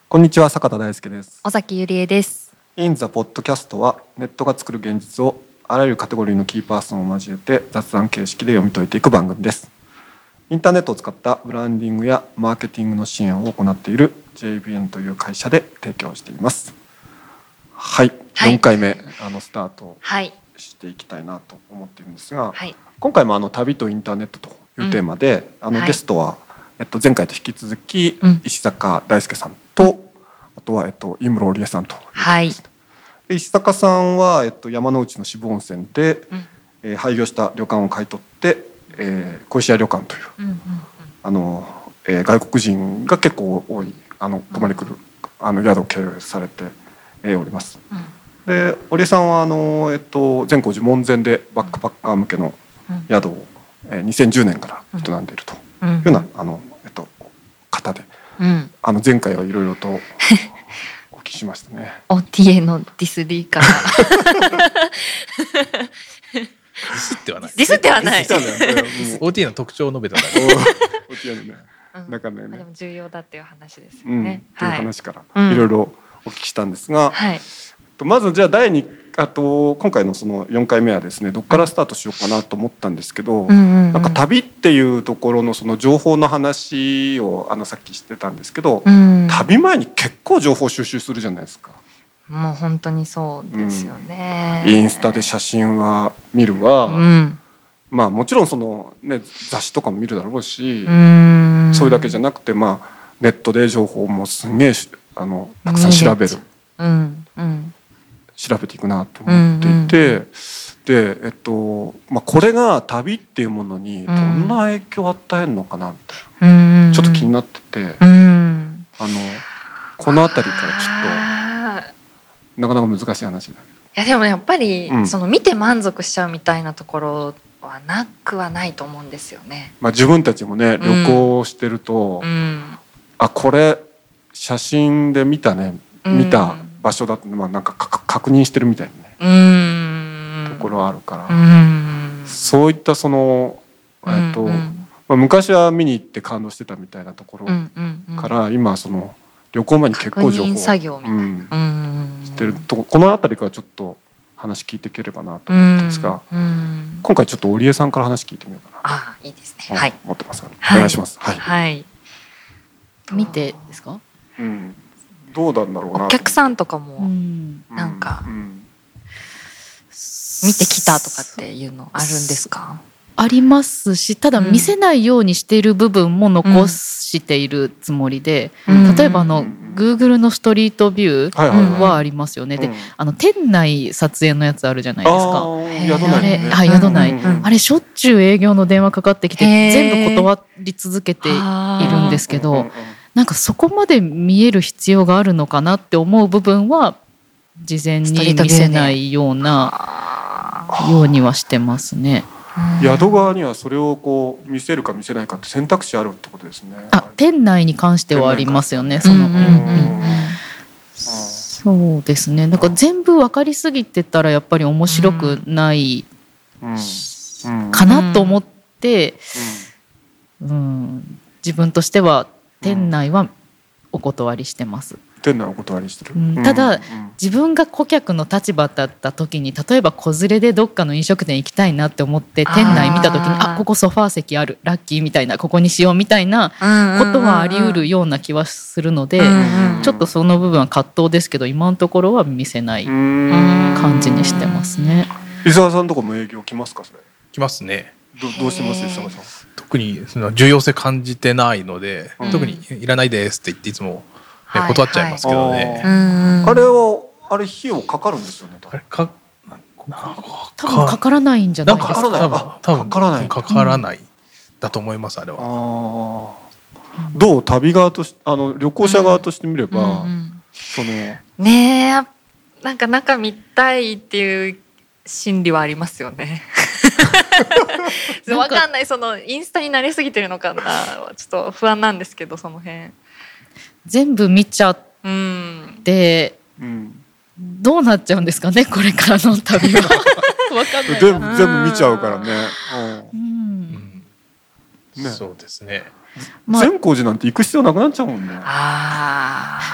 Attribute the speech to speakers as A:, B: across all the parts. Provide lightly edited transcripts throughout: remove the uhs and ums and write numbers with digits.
A: こんにちは、坂田大輔です。
B: 尾崎ゆりえです。
A: In the Podcast はネットが作る現実をあらゆるカテゴリーのキーパーソンを交えて雑談形式で読み解いていく番組です。インターネットを使ったブランディングやマーケティングの支援を行っている JVN という会社で提供しています。はい、4回目スタートしていきたいなと思っているんですが、今回も旅とインターネットというテーマで、ゲストは前回と引き続き石坂大輔さんと、あとは井室織江さんということです。石坂さんは山之内の渋温泉で廃業した旅館を買い取って小石屋旅館という外国人が結構多い泊まり来る宿を経営されております。で織江さんは善光寺門前でバックパッカー向けの宿を2010年から営んでいるというような方で、前回はいろいろとお聞きしましたね。
B: OTA のディスリーから
C: ディスってはない。
B: ディスってはない。
C: OTA の特徴を述べただけ。
A: OTA のね、だからね、
B: でも重要だっていう話ですよね。
A: という話からいろいろお聞きしたんですが、まずじゃあ今回のその4回目はですね、どこからスタートしようかなと思ったんですけど、なんか旅っていうところのその情報の話をさっきしてたんですけど、旅前に結構情報収集するじゃないですか。
B: もう本当にそうですよね。
A: インスタで写真は見るわ、まあもちろんそのね雑誌とかも見るだろうし、それだけじゃなくてネットで情報もすんげえたくさん調べる。調べていくなと思っていて、でこれが旅っていうものにどんな影響を与えるのかなみたいな、ちょっと気になってて、この辺りからちょっとなかなか難しい話だけど。
B: いやでもやっぱり、その見て満足しちゃうみたいなところはなくはないと思うんですよね。
A: 自分たちもね旅行してると、これ写真で見た場所だってなんか確認してるみたいなね、ところあるから、そういったその昔は見に行って感動してたみたいなところから今その旅行前に結構情報
B: 作業みたいな
A: してると、この辺りからちょっと話聞いていければなと思ってるんですが、今回ちょっと織江さんから話聞いてみようかな。
B: いいですね。はい。
A: 思ってますから、お願いします。
B: はい。
D: 見てですか？
A: どうなんだろうな。
B: お客さんとかもなんか見てきたとかっていうのあるんですか？
D: ありますし、ただ見せないようにしている部分も残しているつもりで、例えばGoogle のストリートビューはありますよね。で、店内撮影のやつあるじゃないですか。宿内、あれしょっちゅう営業の電話かかってきて全部断り続けているんですけど、なんかそこまで見える必要があるのかなって思う部分は事前に見せないようにはしてますね。
A: 宿側にはそれをこう見せるか見せないかって選択肢あるってことですね。
D: 店内に関してはありますよね。そうですね。なんか全部分かりすぎてたらやっぱり面白くないかなと思って、自分としては店内はお断りしてます。
A: 店内お断りしてる。
D: ただ自分が顧客の立場だった時に、例えば子連れでどっかの飲食店行きたいなって思って店内見た時にここソファー席あるラッキーみたいな、ここにしようみたいなことはあり得るような気はするので、ちょっとその部分は葛藤ですけど今のところは見せない感じにしてますね。
A: 伊沢さんとかも営業来ますか？それ
C: 来ますね。
A: どうしてます伊沢さん？
C: 特にその重要性感じてないので、特にいらないですって言っていつも断っちゃいますけどね。
A: あれ費用かかるんですよね。
D: 多分かからないんじゃないですか。
C: 多分かからないだと思います。あれは。
A: どう旅側として旅行者側としてみれば、その
B: ねえ、なんか中見たいっていう心理はありますよね。わかんない、そのインスタに慣れすぎてるのかな、ちょっと不安なんですけど、その辺
D: 全部見ちゃって、どうなっちゃうんですかね、これからの旅は。わかんないな。
A: 全部見ちゃうからね。
C: そうですね。
A: 善光寺なんて行く必要なくなっちゃうもんね。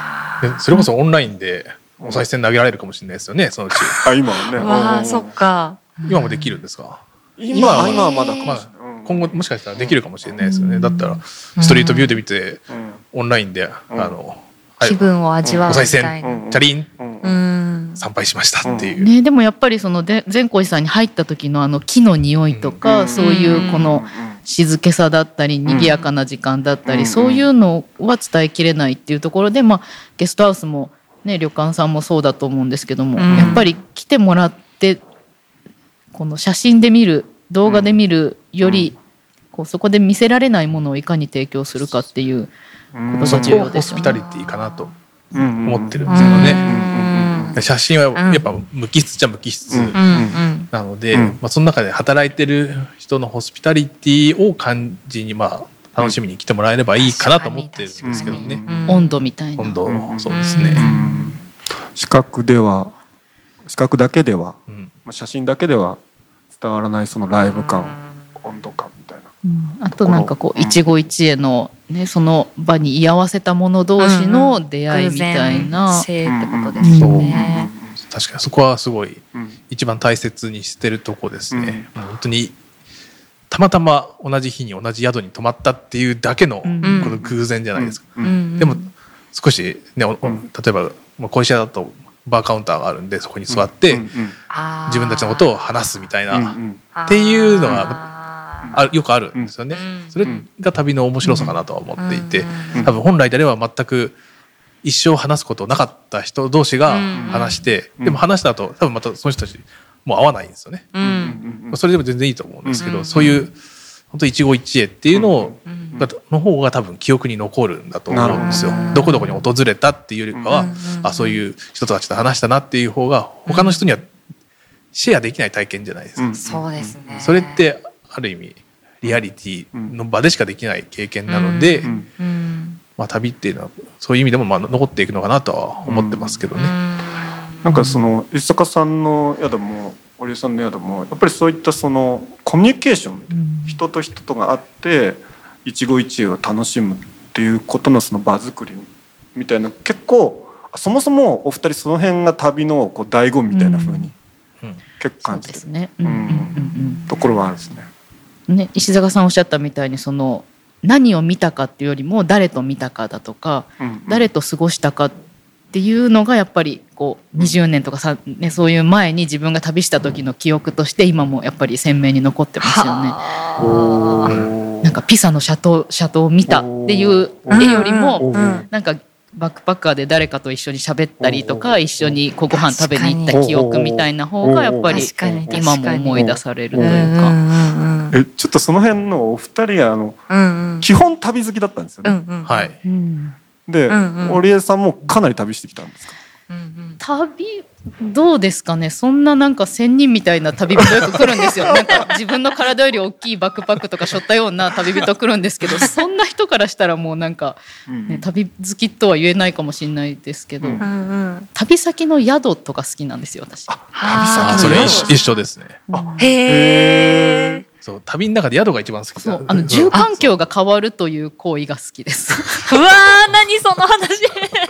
C: でそれこそオンラインでお賽銭投げられるかもしれないですよね、そのうち。
A: 今はね。
B: わあ、そっか。
C: 今もできるんですか？
A: 今はまだかもしれない。
C: 今後もしかしたらできるかもしれないですよね。だったらストリートビューで見て、オンラインで
B: 気分を味わう
C: お賽
B: みたいな。
C: 銭チャリン参拝しましたっていう。
D: ね、でもやっぱりその善光寺さんに入った時の木の匂いとか、そういうこの静けさだったり賑やかな時間だったり、そういうのは伝えきれないっていうところで、ゲストハウスもね、旅館さんもそうだと思うんですけども、やっぱり来てもらってこの写真で見る動画で見るより、こうそこで見せられないものをいかに提供するかっていうことが重要ですよね。
C: ホスピタリティかなと思ってるんですけどね。写真はやっぱ無機質っちゃ無機質なので、その中で働いてる人のホスピタリティを感じに楽しみに来てもらえればいいかなと思ってるんですけどね。
D: 温度みたいな。
C: 温度、そうですね。
A: 視覚だけでは、写真だけでは伝わらないそのライブ感、温度感みたいな。
D: あとなんかこう一期一会のね、その場に居合わせた者同士の出会いみたいな。
B: 性ってことですよね。
C: 確かにそこはすごい一番大切にしてるとこですね。本当にたまたま同じ日に同じ宿に泊まったっていうだけのこの偶然じゃないですか。でも少しね、例えば小石屋だとバーカウンターがあるんで、そこに座って自分たちのことを話すみたいなっていうのがよくあるんですよね。それが旅の面白さかなとは思っていて、多分本来であれば全く一生話すことなかった人同士が話して、でも話した後多分またその人たちもう会わないんですよね。それでも全然いいと思うんですけど、そういう本当一期一会っていうの方が多分記憶に残るんだと思うんですよ。どこどこに訪れたっていうよりかは、そういう人たちと話したなっていう方が他の人にはシェアできない体験じゃないですか。
B: そうですね。
C: それってある意味リアリティの場でしかできない経験なので、旅っていうのはそういう意味でも残っていくのかなとは思ってますけどね。
A: なんかその石坂さんの宿も堀江さんの宿もやっぱりそういったそのコミュニケーション、人と人とがあって一期一会を楽しむっていうことのその場作りみたいな、結構そもそもお二人その辺が旅のこう醍醐味みたいな風に結構感じてるところはあるんですね。
D: ね、石坂さんおっしゃったみたいにその何を見たかっていうよりも誰と見たかだとか、誰と過ごしたかっていうのがやっぱりこう20年とかね、そういう前に自分が旅した時の記憶として今もやっぱり鮮明に残ってますよね。なんかピサの斜塔を見たっていう絵よりも、なんかバックパッカーで誰かと一緒に喋ったりとか、一緒にご飯食べに行った記憶みたいな方がやっぱり今も思い出されるというか。
A: ちょっとその辺のお二人基本旅好きだったんですよね。
C: はい。
A: で、織江さんもかなり旅してきたんですか？
D: 旅どうですかね。そんななんか仙人みたいな旅人よく来るんですよ。なんか自分の体より大きいバックパックとか背負ったような旅人来るんですけど、そんな人からしたらもうなんか、ね、旅好きとは言えないかもしれないですけど、旅先の宿とか好きなんですよ私。
C: それ一緒ですね。
B: へー。
C: そう、旅の中で宿が一番好き。
D: そう、住環境が変わるという行為が好きです。
B: うわー、何その話。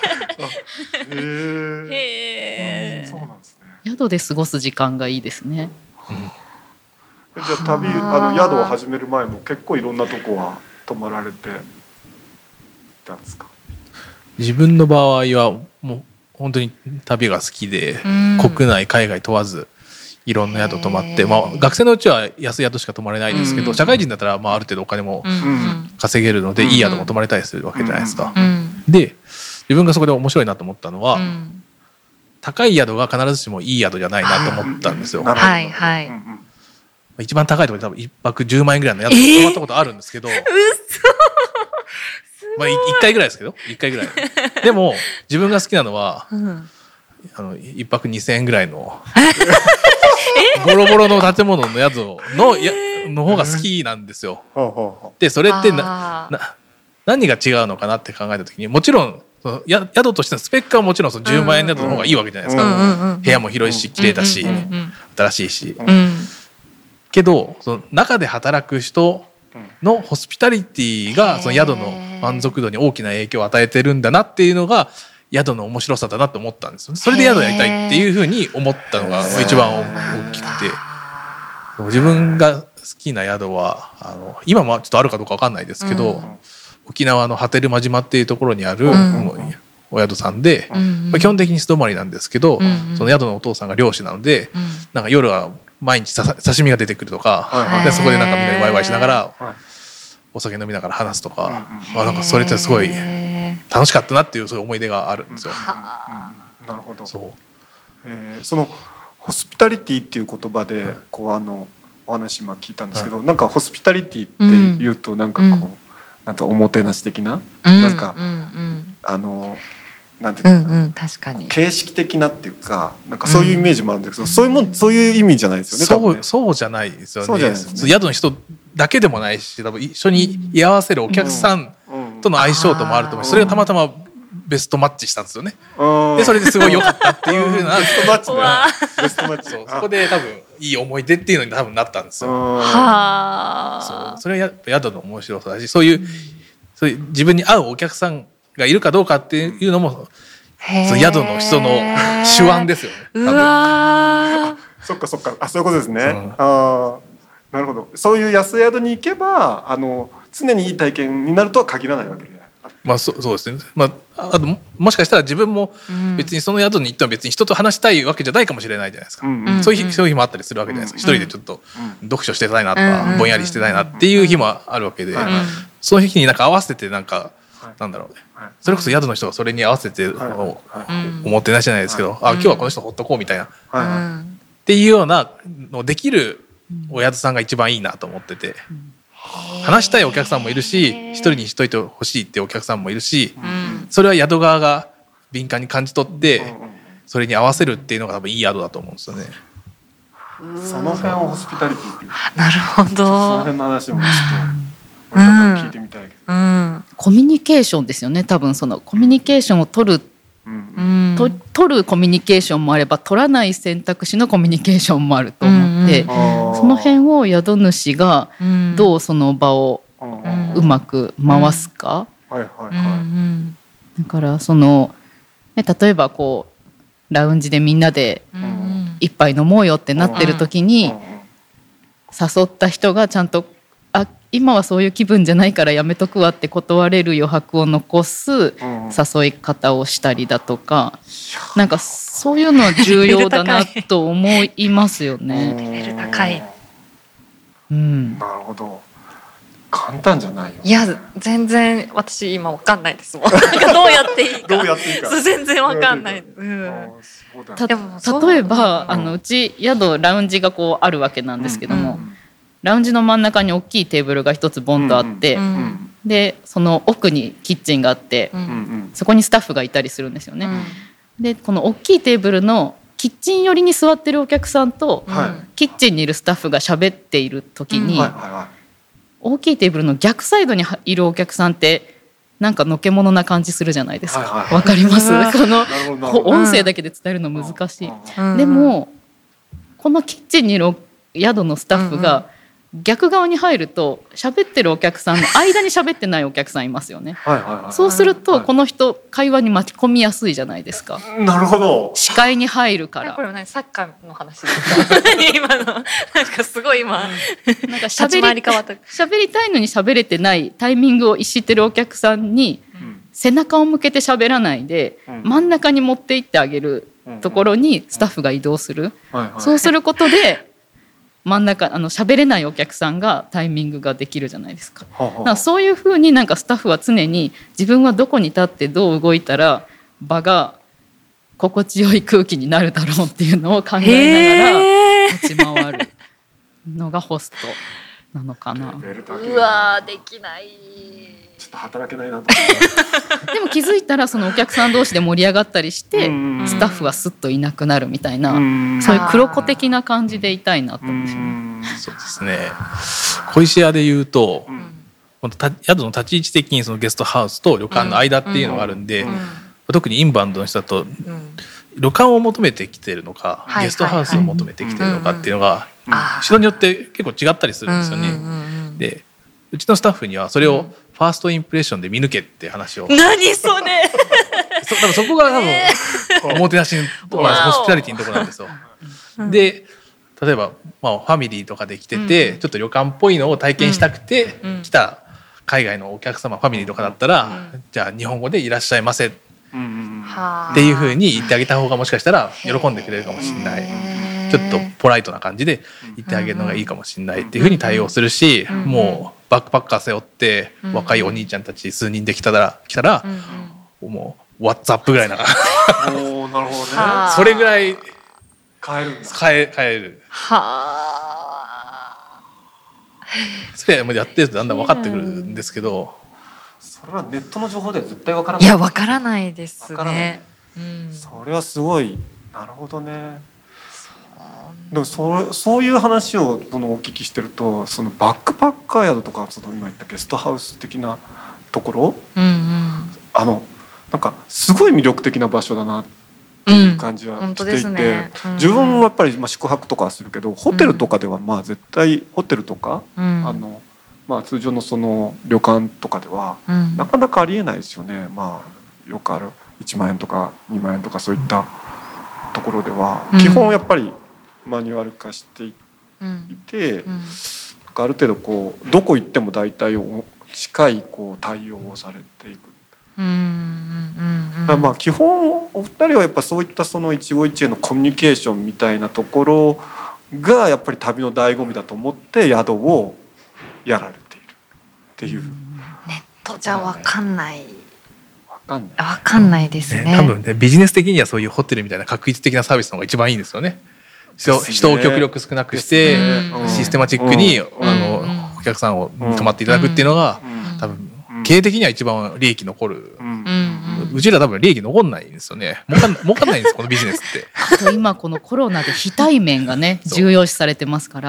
A: へー。そうなんですね。
D: 宿で過ごす時間がいいですね。
A: じゃあ宿を始める前も結構いろんなとこは泊まられてたんですか？
C: 自分の場合はもう本当に旅が好きで、国内海外問わずいろんな宿泊まって、学生のうちは安い宿しか泊まれないですけど、社会人だったらある程度お金も稼げるので、いい宿も泊まれたりするわけじゃないですか。で、自分がそこで面白いなと思ったのは、高い宿が必ずしもいい宿じゃないなと思ったんですよ。
B: はいはい。
C: 一番高いところで多分1泊10万円ぐらいの宿に泊まったことあるんですけど、1回ぐらいですけど、1回ぐらい。でも自分が好きなのは、1泊2000円ぐらいのボロボロの建物の宿の方が好きなんですよ。でそれって何が違うのかなって考えた時に、もちろん宿としてのスペックはもちろんその10万円宿の方がいいわけじゃないですか。部屋も広いし綺麗だし新しいし、けどその中で働く人のホスピタリティがその宿の満足度に大きな影響を与えてるんだなっていうのが宿の面白さだなと思ったんですよ。それで宿やりたいっていうふうに思ったのが一番大きくて、自分が好きな宿は今もちょっとあるかどうか分かんないですけど、沖縄の波照間島っていうところにあるお宿さんで、基本的に素泊まりなんですけど、その宿のお父さんが漁師なので、なんか夜は毎日刺身が出てくるとか、でそこでなんかみんなでワイワイしながらお酒飲みながら話すとか、なんかそれってすごい楽しかったなっていうそういう思い出があるんですよ。
A: なるほど。そのホスピタリティっていう言葉でこうお話今聞いたんですけど、なんかホスピタリティっていうとなんかこうなんかおもてなし的な、なんかなんていうか、
B: 確かに
A: 形式的なっていうか、なんかそういうイメージもあるんですけど、そういう意味じゃないですよね。
C: そうじゃないですよね。宿の人だけでもないし、多分一緒に居合わせるお客さんとの相性ともあると思う。それがたまたまベストマッチしたんですよね。でそれですごい良かったっていう風なベストマッチそこで多分いい思い出っていうのに多分なったんですよ。それは宿の面白さだし、そういう自分に合うお客さんがいるかどうかっていうのもその宿の人の手腕ですよね。
B: うわ
A: そっかそういうことですね。なるほど。そういう安宿に行けば常にいい体験になるとは限らないわけで。
C: そうですね。あともしかしたら自分も別にその宿に行っても別に人と話したいわけじゃないかもしれないじゃないですか。そういう日もあったりするわけじゃないですか。一人でちょっと読書してたいなとかぼんやりしてたいなっていう日もあるわけで、その日になんか合わせてなんかなんだろうね。それこそ宿の人がそれに合わせておもてなしじゃないですけど、今日はこの人ほっとこうみたいなっていうようなのできるお宿さんが一番いいなと思ってて。話したいお客さんもいるし、一人にしといてほしいっていうお客さんもいるし、それは宿側が敏感に感じ取ってそれに合わせるっていうのが多分いい宿だと思うんですよね。
A: その辺をホスピタリティっていう。
B: なるほど。
A: その辺の話もちょっと聞いてみたいけど。
D: コミュニケーションですよね。多分そのコミュニケーションを取るコミュニケーションもあれば取らない選択肢のコミュニケーションもあると思って、その辺を宿主がどうその場をうまく回すか。だから例えばこうラウンジでみんなで一杯飲もうよってなってる時に誘った人がちゃんと今はそういう気分じゃないからやめとくわって断れる余白を残す誘い方をしたりだとか、なんかそういうのは重要だなと思いますよね。
B: レベル高い。
A: なるほど。簡単じゃないよ。
B: いや全然私今わかんないですもん。どうやっていいか。全然わかんない。
D: 例えばうち宿ラウンジがこうあるわけなんですけども。ラウンジの真ん中に大きいテーブルが一つボンとあって、でその奥にキッチンがあって、そこにスタッフがいたりするんですよね。でこの大きいテーブルのキッチン寄りに座ってるお客さんと、キッチンにいるスタッフが喋っている時に、大きいテーブルの逆サイドにいるお客さんってなんかのけ者な感じするじゃないですか。わかります？この音声だけで伝えるの難しい。でもこのキッチンにいる宿のスタッフが逆側に入ると喋ってるお客さんの間に喋ってないお客さんいますよね。そうするとこの人会話に巻き込みやすいじゃないですか。
A: なるほど。
D: 視界に入るから。
B: これは何サッカーの話ですか？今のなんかすごい今なんか喋りたいのに喋れてないタイミングを逸してるお客さんに背中を向けて喋らないで真ん中に持って行ってあげるところにスタッフが移動する。そうすることで真ん中喋れないお客さんがタイミングができるじゃないですか。だからそういうふうになんかスタッフは常に自分はどこに立ってどう動いたら場が心地よい空気になるだろうっていうのを考えながら立ち回るのがホストなのかな。うわできない。
A: ちょっと働けないなと
D: でも気づいたらそのお客さん同士で盛り上がったりしてスタッフはスッといなくなるみたいな、そういう黒子的な感じでいたいなと思うんですよね。
C: そうですね。小石屋でいうと、宿の立ち位置的にそのゲストハウスと旅館の間っていうのがあるんで、特にインバウンドの人だと旅館を求めてきてるのか、ゲストハウスを求めてきてるのかっていうのが人によって結構違ったりするんですよね。でうちのスタッフにはそれをファーストインプレッションで見抜けって話を。
B: 何それ
C: 多分そこが多分おもてなしのところなんです。ホスピタリティのところなんですよ。で例えば、ファミリーとかで来てて、ちょっと旅館っぽいのを体験したくて来た海外のお客様、ファミリーとかだったら、じゃあ日本語でいらっしゃいませっていう風に言ってあげた方がもしかしたら喜んでくれるかもしれない。ちょっとポライトな感じで言ってあげるのがいいかもしれないっていう風に対応するし、もうバックパッカー背負って若いお兄ちゃんたち数人で来たらもう WhatsApp ぐらいななる
A: ほどね。
C: それぐらい
A: 変えるんだ。
C: 変える。それやってるとだんだん分かってくるんですけど、
A: それはネットの情報では絶対分からない。
E: いや分からないですね。
A: それはすごい。なるほどね。でもそういう話をお聞きしてると、そのバックパッカー宿とか今言ったゲストハウス的なところ、なんかすごい魅力的な場所だなっていう感じはしていて、自分はやっぱり宿泊とかはするけど、ホテルとかでは絶対ホテルとか、通常のその旅館とかではなかなかありえないですよね。よくある1万円とか2万円とかそういったところでは基本やっぱりマニュアル化していて、ある程度どこ行っても大体近い対応をされていく。基本お二人はやっぱそういったその一期一会のコミュニケーションみたいなところがやっぱり旅の醍醐味だと思って宿をやられているっていう。
E: ネットじゃ分かんない。
A: 分かんない
E: ですね。
C: 多分ね、ビジネス的にはそういうホテルみたいな確実的なサービスの方が一番いいんですよね。人を極力少なくしてシステマチックにお客さんを泊まっていただくっていうのが多分経営的には一番利益残る。うちら多分利益残んないんですよね。儲かんないんですこのビジネスって。
D: あと今このコロナで非対面がね重要視されてますから、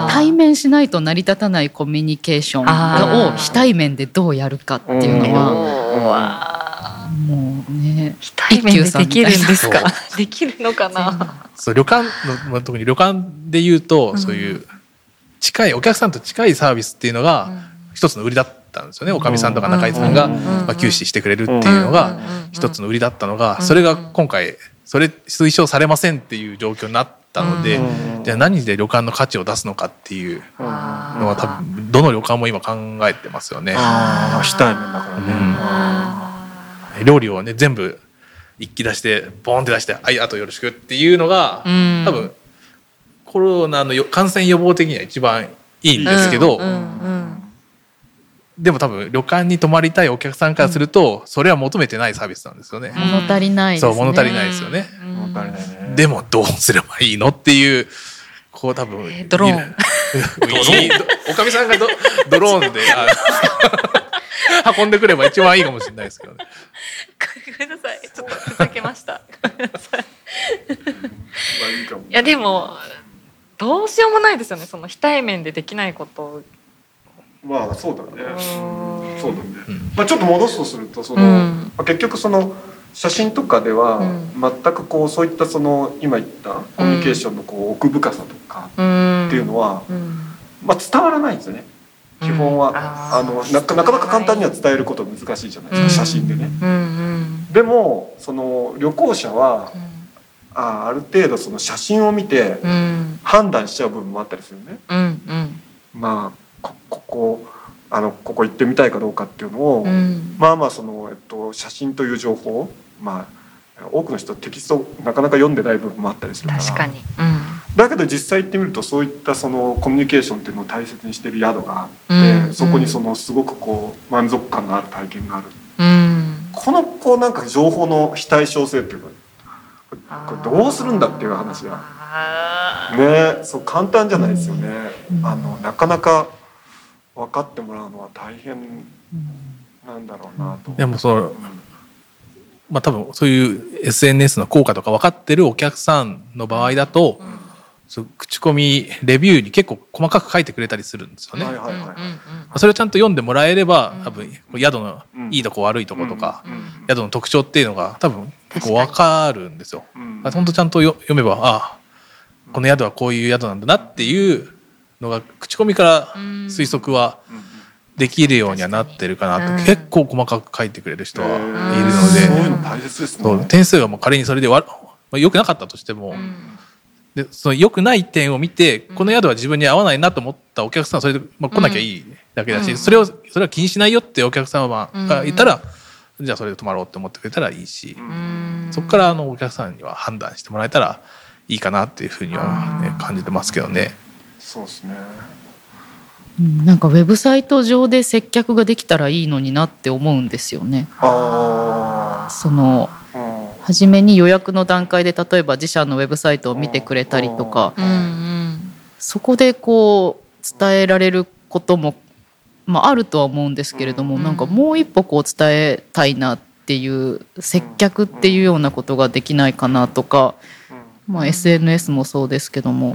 D: 対面しないと成り立たないコミュニケーションを非対面でどうやるかっていうのはもうね、
E: 非対面でできるんですか。できるのかな。
C: そう旅館の特に旅館でいうと、そういう近いお客さんと近いサービスっていうのが一つの売りだったんですよね。おかみさんとか中井さんが給仕してくれるっていうのが一つの売りだったのが、それが今回それ推奨されませんっていう状況になったので、じゃあ何で旅館の価値を出すのかっていうのは多分どの旅館も今考えてますよね。
A: 非対面だからね。
C: 料理をね全部一気出してボーンって出して「はい、あとよろしく」っていうのが多分コロナの感染予防的には一番いいんですけど、でも多分旅館に泊まりたいお客さんからすると、それは求めてないサービスなんですよね。
D: 物足りないですね。
C: そう、物足りないですよね。でもどうすればいいのっていう多分
E: ドローン
C: おかみさんがドローンで運んでくれば一番いいかもしれないですけどね。
E: ごめんなさい、ちょっとふざけました。いやでもどうしようもないですよね。その非対面でできないことを。
A: そうだね。そうだね。ちょっと戻すとすると結局その写真とかでは全くそういったその今言ったコミュニケーションの奥深さとかっていうのは伝わらないんですよね。基本はなかなか簡単には伝えることは難しいじゃないですか、写真でね。でもその旅行者はある程度その写真を見て判断しちゃう部分もあったりするよね。ここ行ってみたいかどうかっていうのをその写真という情報多くの人テキストなかなか読んでない部分もあったりするから。
E: 確かに。
A: だけど実際行ってみるとそういったそのコミュニケーションっていうのを大切にしている宿があって、そこにそのすごく満足感のある体験がある。このなんか情報の非対称性っていうか、これどうするんだっていう話がね、そう簡単じゃないですよね。なかなか分かってもらうのは大変なんだろうなと。
C: でも多分そういう SNS の効果とか分かってるお客さんの場合だと、口コミレビューに結構細かく書いてくれたりするんですよね。それをちゃんと読んでもらえれば多分宿のいいとこ悪いとことか宿の特徴っていうのが多分結構分かるんですよ。本当ちゃんと読めばこの宿はこういう宿なんだなっていうのが口コミから推測はできるようにはなってるかなと。結構細かく書いてくれる人はいるので、
A: 大切ですね。
C: そう点数がもう仮にそれで良くなかったとしても、でその良くない点を見て、この宿は自分に合わないなと思ったお客さんはそれで、来なきゃいいだけだし、それは気にしないよってお客様がいたら、じゃあそれで泊まろうって思ってくれたらいいし、そこからお客さんには判断してもらえたらいいかなっていうふうには、ね、感じてますけどね。
A: そうですね。
D: なんかウェブサイト上で接客ができたらいいのになって思うんですよね。その初めに予約の段階で例えば自社のウェブサイトを見てくれたりとか、そこでこう伝えられることも、あるとは思うんですけれども、なんかもう一歩こう伝えたいなっていう接客っていうようなことができないかなとか、SNS もそうですけども、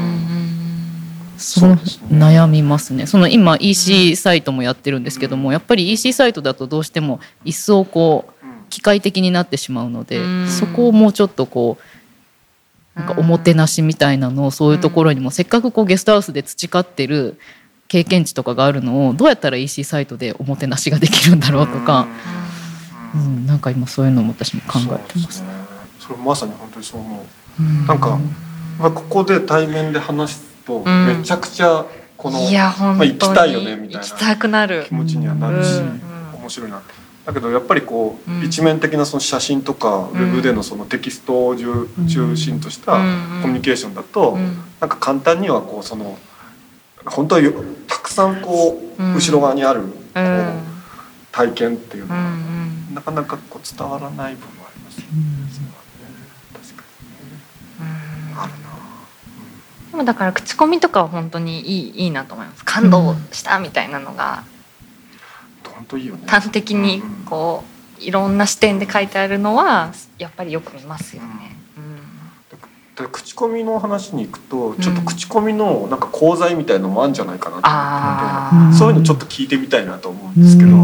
D: その悩みますね。その今 EC サイトもやってるんですけども、やっぱり EC サイトだとどうしても一層こう機械的になってしまうので、そこをもうちょっとこうなんかおもてなしみたいなのをそういうところにも、せっかくこうゲストハウスで培ってる経験値とかがあるのをどうやったら EC サイトでおもてなしができるんだろうとか、なんか今そういうのも私も考えてます。
A: それまさに本当にそう思う。なんか、ここで対面で話すとめちゃくちゃこの、行きたいよねみたいな気持ちにはなるし、面白いなって。だけどやっぱりこう、一面的なその写真とか、ウェブでのそのテキストを中心としたコミュニケーションだと、なんか簡単にはこうその本当にたくさんこう、後ろ側にあるこう体験っていうのは、なかなかこう伝わらない部分もありますよね。確かにね。あるな。
E: でもだから口コミとかは本当にいいなと思います。感動したみたいなのが、
A: 本当いいよね。
E: 端的にこういろんな視点で書いてあるのはやっぱりよく見ますよね。
A: 口コミの話に行くと、ちょっと口コミのなんか講座みたいのもあるんじゃないかなと思って、そういうのちょっと聞いてみたいなと思うんですけど、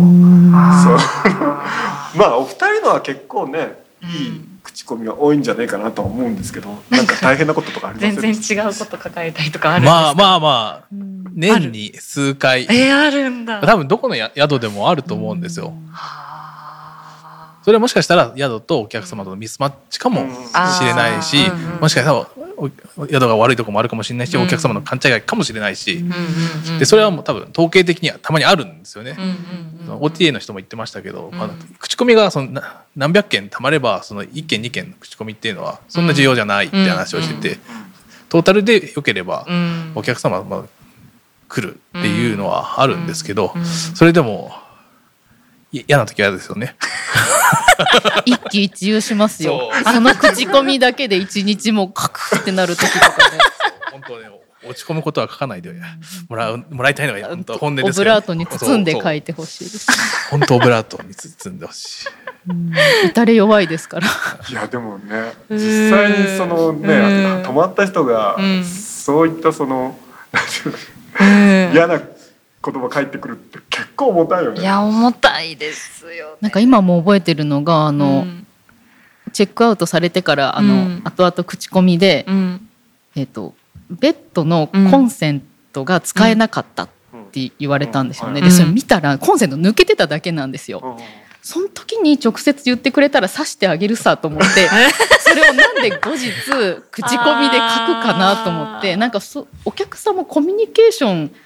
A: そうお二人のは結構ね、いい口コミは多いんじゃないかなと思うんですけど、なんか大変なこととかあります？
E: 全然違うこと書かれたりとかあるんですか？
C: 年に数回
E: あるんだ。
C: 多分どこの宿でもあると思うんですよ。それはもしかしたら宿とお客様とのミスマッチかもしれないし、もしかしたら宿が悪いところもあるかもしれないし、お客様の勘違いかもしれないし、でそれはもう多分統計的にはたまにあるんですよね。OTA の人も言ってましたけど、口コミがその何百件たまればその1件2件の口コミっていうのはそんな重要じゃないって話をしてて、トータルで良ければお客様は来るっていうのはあるんですけど、それでも嫌な時は嫌ですよね。
D: 一喜一憂しますよ。その口コミだけで一日もカクってなる時とかね。
C: 本当ね、落ち込むことは書かないでもらいたいのが本当本音ですけど、
D: オブラートに包んで書いてほしいです。
C: 本当オブラートに包んでほしい。
D: 打たれ弱いですから。
A: いやでもね、実際にそのね、泊まった人がそういったその嫌な言葉返ってくるって結構重たいよね。
E: いや重たいですよね。
D: なんか今も覚えてるのがチェックアウトされてから後々口コミで、ベッドのコンセントが使えなかったって言われたんですよね。でそれ見たらコンセント抜けてただけなんですよ。その時に直接言ってくれたら刺してあげるさと思ってそれをなんで後日口コミで書くかなと思って、なんかお客さんもコミュニケーション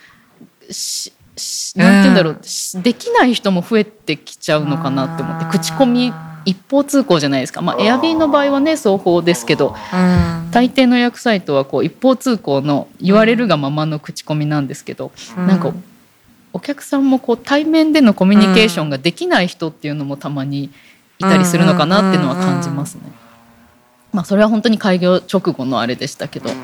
D: なんて言うんだろう、できない人も増えてきちゃうのかなって思って、口コミ一方通行じゃないですか。エアビーの場合はね双方ですけど、大抵の予約サイトはこう一方通行の言われるがままの口コミなんですけど、なんかお客さんもこう対面でのコミュニケーションができない人っていうのもたまにいたりするのかなっていうのは感じますね。それは本当に開業直後のあれでしたけど、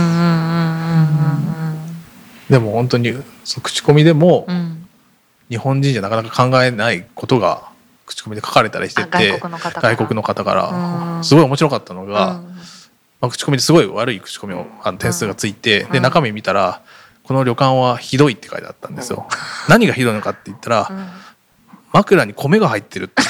C: でも本当に口コミでも日本人じゃなかなか考えないことが口コミで書かれたりしてて、外国の方からすごい面白かったのが、口コミですごい悪い口コミを点数がついて、で中身見たらこの旅館はひどいって書いてあったんですよ。何がひどいのかって言ったら、枕に米が入ってるって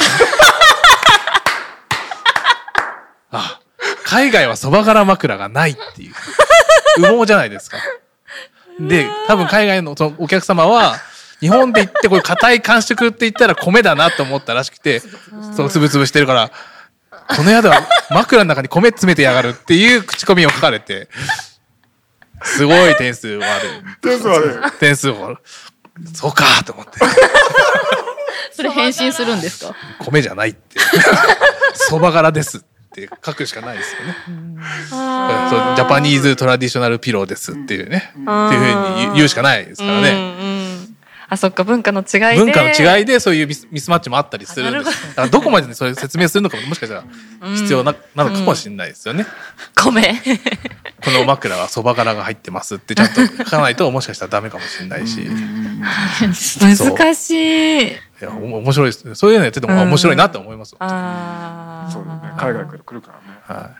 C: 海外はそば殻枕がないっていう羽毛じゃないですか。で多分海外のお客様は日本で言ってこれ硬い感触って言ったら米だなと思ったらしくて、そうつぶつぶしてるから、この宿は枕の中に米詰めてやがるっていう口コミを書かれて、すごい点数悪い。点数悪い。そうかと思って。
B: それ返信するんですか？
C: 米じゃないって。そば柄ですって書くしかないですよね。そうジャパニーズトラディショナルピローですっていうね。っていうふうに言うしかないですからね。
E: あ、そっか、文化の違いで。
C: 文化の違いでそういうミスマッチもあったりするんです。だからどこまでにそれ説明するのかももしかしたら必要なのかもしれないですよね。
E: 米。
C: この枕はそば柄が入ってますってちゃんと書かないともしかしたらダメかもしれないし。
E: 難しい。
C: いや面白いですね。そういうのやってても面白いなって思います。
A: そうだね。海外から来るからね。はい。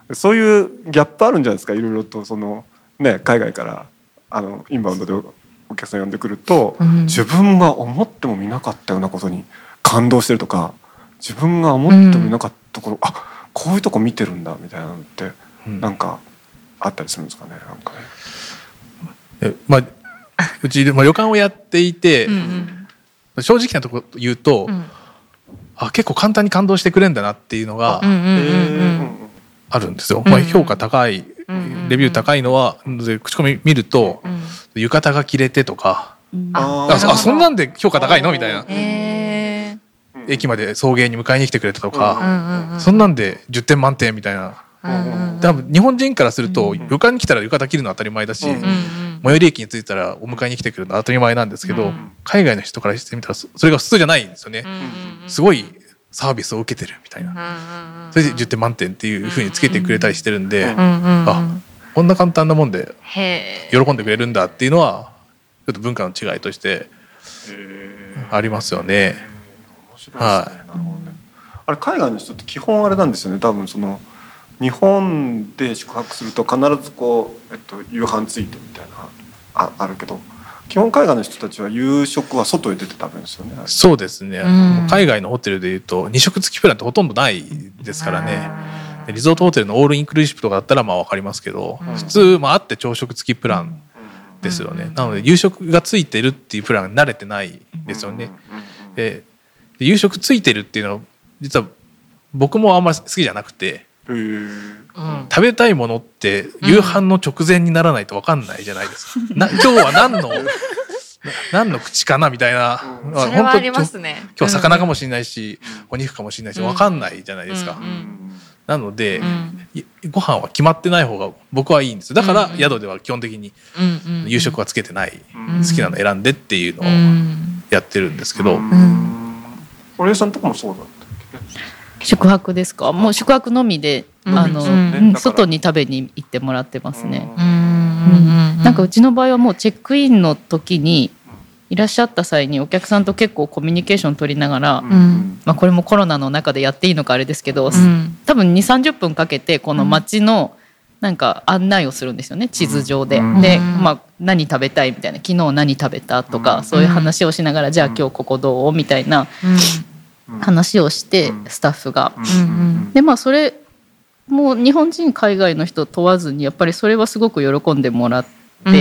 A: そういうギャップあるんじゃないですか。いろいろとそのね、海外からインバウンドでお客さん呼んでくると、自分が思ってもみなかったようなことに感動してるとか、自分が思ってもみなかったところ、あ、こういうとこ見てるんだみたいなのってなんかあったりするんですかね。なんか
C: ね。まあうち旅館をやっていて、正直なところ言うと、あ、結構簡単に感動してくれるんだなっていうのがあるんですよ。まあ評価高い。レビュー高いのは口コミ見ると、浴衣が着れてとか、そんなんで評価高いのみたいな、駅まで送迎に迎えに来てくれたとか、そんなんで10点満点みたいな。多分日本人からすると、旅館に来たら浴衣着るのは当たり前だし、最寄り駅に着いたらお迎えに来てくれるのは当たり前なんですけど、海外の人からしてみたらそれが普通じゃないんですよね。すごいサービスを受けてるみたいな、それで10点満点っていう風につけてくれたりしてるんで、あ、こんな簡単なもんで喜んでくれるんだっていうのはちょっと文化の違いとしてありますよね。はい。
A: あれ海外の人って基本あれなんですよね。多分その日本で宿泊すると必ずこう、夕飯ついてみたいな あるけど、基本海外の人たちは夕食は外へ出て食べるんですよね。
C: そうですね。海外のホテルでいうと2食付きプランってほとんどないですからね。リゾートホテルのオールインクルーシブとかだったらまあ分かりますけど、普通あって朝食付きプランですよね。なので夕食がついてるっていうプランに慣れてないですよね。で夕食ついてるっていうのは実は僕もあんまり好きじゃなくて、食べたいものって夕飯の直前にならないと分かんないじゃないですか。今日は何の口かなみたいな。
E: それはありますね。
C: 今日魚かもしれないし、お肉かもしれないし分かんないじゃないですか。なので、ご飯は決まってない方が僕はいいんです。だから宿では基本的に夕食はつけてない、好きなの選んでっていうのをやってるんですけど。
A: 堀江さんとかもそうだったっけ？
B: 宿泊ですか？もう宿泊のみで、外に食べに行ってもらってますね。なんかうちの場合はもうチェックインの時にいらっしゃった際にお客さんと結構コミュニケーション取りながら、まあ、これもコロナの中でやっていいのかあれですけど、多分 2,30 分かけてこの街のなんか案内をするんですよね、地図上で。で、まあ、何食べたいみたいな、昨日何食べたとか、そういう話をしながら、じゃあ今日ここどうみたいな話をしてスタッフが。でまあそれもう日本人海外の人問わずにやっぱりそれはすごく喜んでもらって、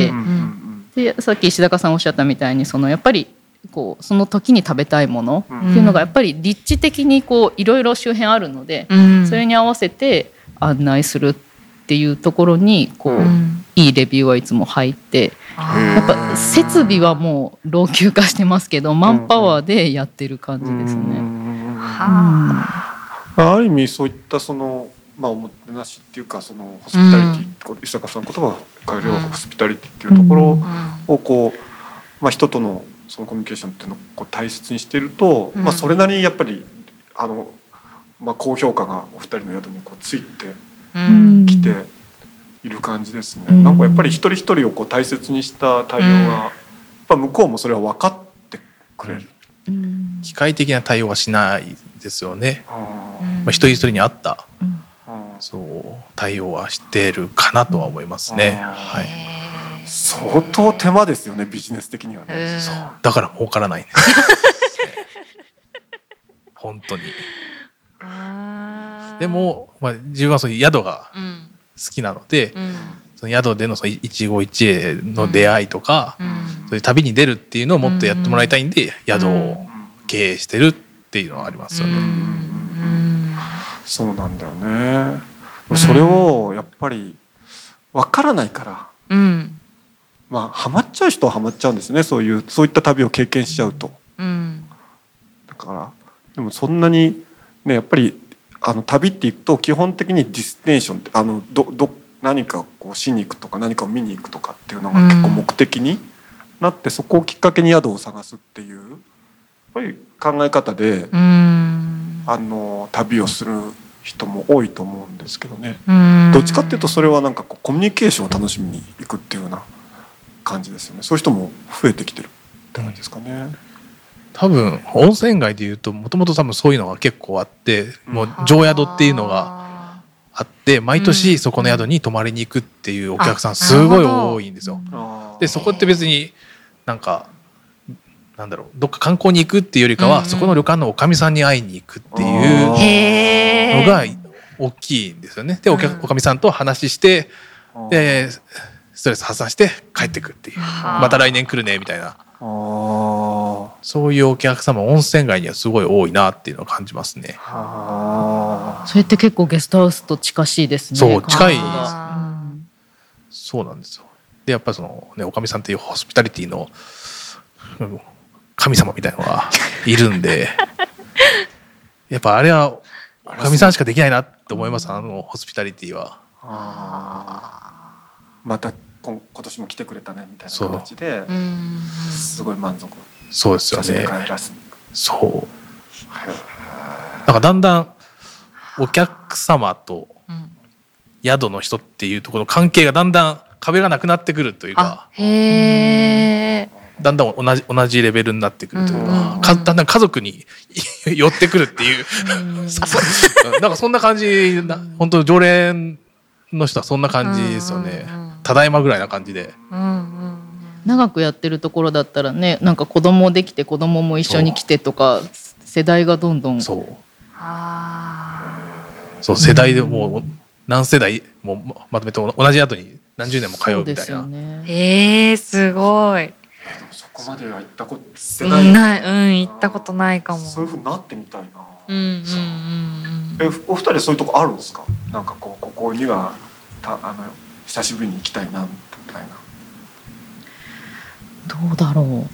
B: でさっき石坂さんおっしゃったみたいにやっぱりこうその時に食べたいものっていうのがやっぱり立地的にこういろいろ周辺あるので、それに合わせて案内するっていうところにこう、いいレビューはいつも入って、やっぱ設備はもう老朽化してますけどマンパワーでやってる感じですね。
A: ある意味そういったそのまあおもてなしっていうかそのホスピタリティ、石坂さんの言葉を変えればホスピタリティっていうところをこう、まあ、人とのそのコミュニケーションっていうのをこう大切にしていると、まあ、それなりにやっぱりまあ、高評価がお二人の宿にこうついてきている感じですね。なんかやっぱり一人一人をこう大切にした対応が、やっぱ向こうもそれは分かってくれる。
C: 機械的な対応はしないですよね。まあ、一人一人に合ったそう対応はしてるかなとは思いますね。はい。
A: 相当手間ですよね、ビジネス的にはね。
C: そうだから儲からないんです本当に。でも、まあ、自分はそういう宿が好きなので、その宿でのその一期一会の出会いとか、 そういう旅に出るっていうのをもっとやってもらいたいんで、宿を経営してるっていうのはありますよね。
A: そうなんだよね。それをやっぱり分からないから、まあハマっちゃう人はハマっちゃうんですね。そういった旅を経験しちゃうと。だからでもそんなにね、やっぱり旅っていくと基本的にディスティネーションって何かこうしに行くとか何かを見に行くとかっていうのが結構目的になって、そこをきっかけに宿を探すっていうやっぱり考え方で旅をする人も多いと思うんですけどね。どっちかっていうとそれはなんかこうコミュニケーションを楽しみに行くっていうような感じですよね。そういう人も増えてきてるって感じですかね。
C: 多分温泉街でいうともともと多分そういうのが結構あって、もう常宿っていうのがあって毎年そこの宿に泊まりに行くっていうお客さんすごい多いんですよ。でそこって別になんかなんだろう、どっか観光に行くっていうよりかは、そこの旅館のおかみさんに会いに行くっていうのが大きいんですよね。でおかみさんと話してでストレス発散して帰ってくっていう、また来年来るねみたいな、そういうお客様温泉街にはすごい多いなっていうのを感じますね。
D: それって結構ゲストハウスと近しいですね。
C: そう近い、そうなんですよ。でやっぱりそのね、おかみさんっていうホスピタリティの神様みたいなのがいるんでやっぱあれはおかみさんしかできないなって思います。ホスピタリティは。
A: また今年も来てくれたねみたいな形ですごい満足。
C: そうですよね。そうなんかだんだんお客様と宿の人っていうところの関係がだんだん壁がなくなってくるというか、だんだん同じレベルになってくるというか、だんだん家族に寄ってくるっていうなんかそんな感じな、本当常連の人はそんな感じですよね。ただいまぐらいな感じで。
D: 長くやってるところだったらね、なんか子供できて子供も一緒に来てとか世代がどんどん
C: そう世代でもう何世代もまとめて同じ宿に何十年も通うみたいな。
E: すごい。
A: そこまでは行ったことない。
E: 行ったことないかも。
A: そういう風になってみたいな。お二人そういうとこあるんですか？なんかここには久しぶりに行きたいなみたいな。
D: どうだろう。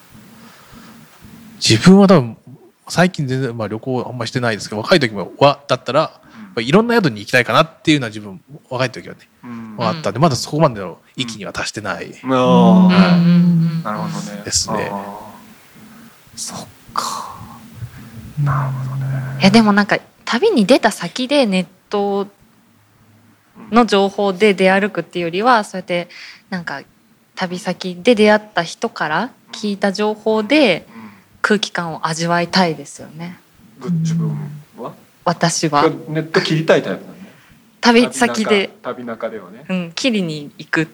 C: 自分は多分最近全然旅行あんまりしてないですけど、若い時だったらいろんな宿に行きたいかなっていうのは自分若い時はね、あったんで、まだそこまでの域には達してない。
A: なるほどね。
C: ですね。
A: そっか。なるほどね。
E: でもなんか旅に出た先でネットの情報で出歩くっていうよりは、そうやってなんか旅先で出会った人から聞いた情報で空気感を味わいたいですよね。
A: 自分は？私
E: は
A: ネット切りたいタイプなんで。
E: 旅先で
A: 旅中ではね。
E: 切りに行く。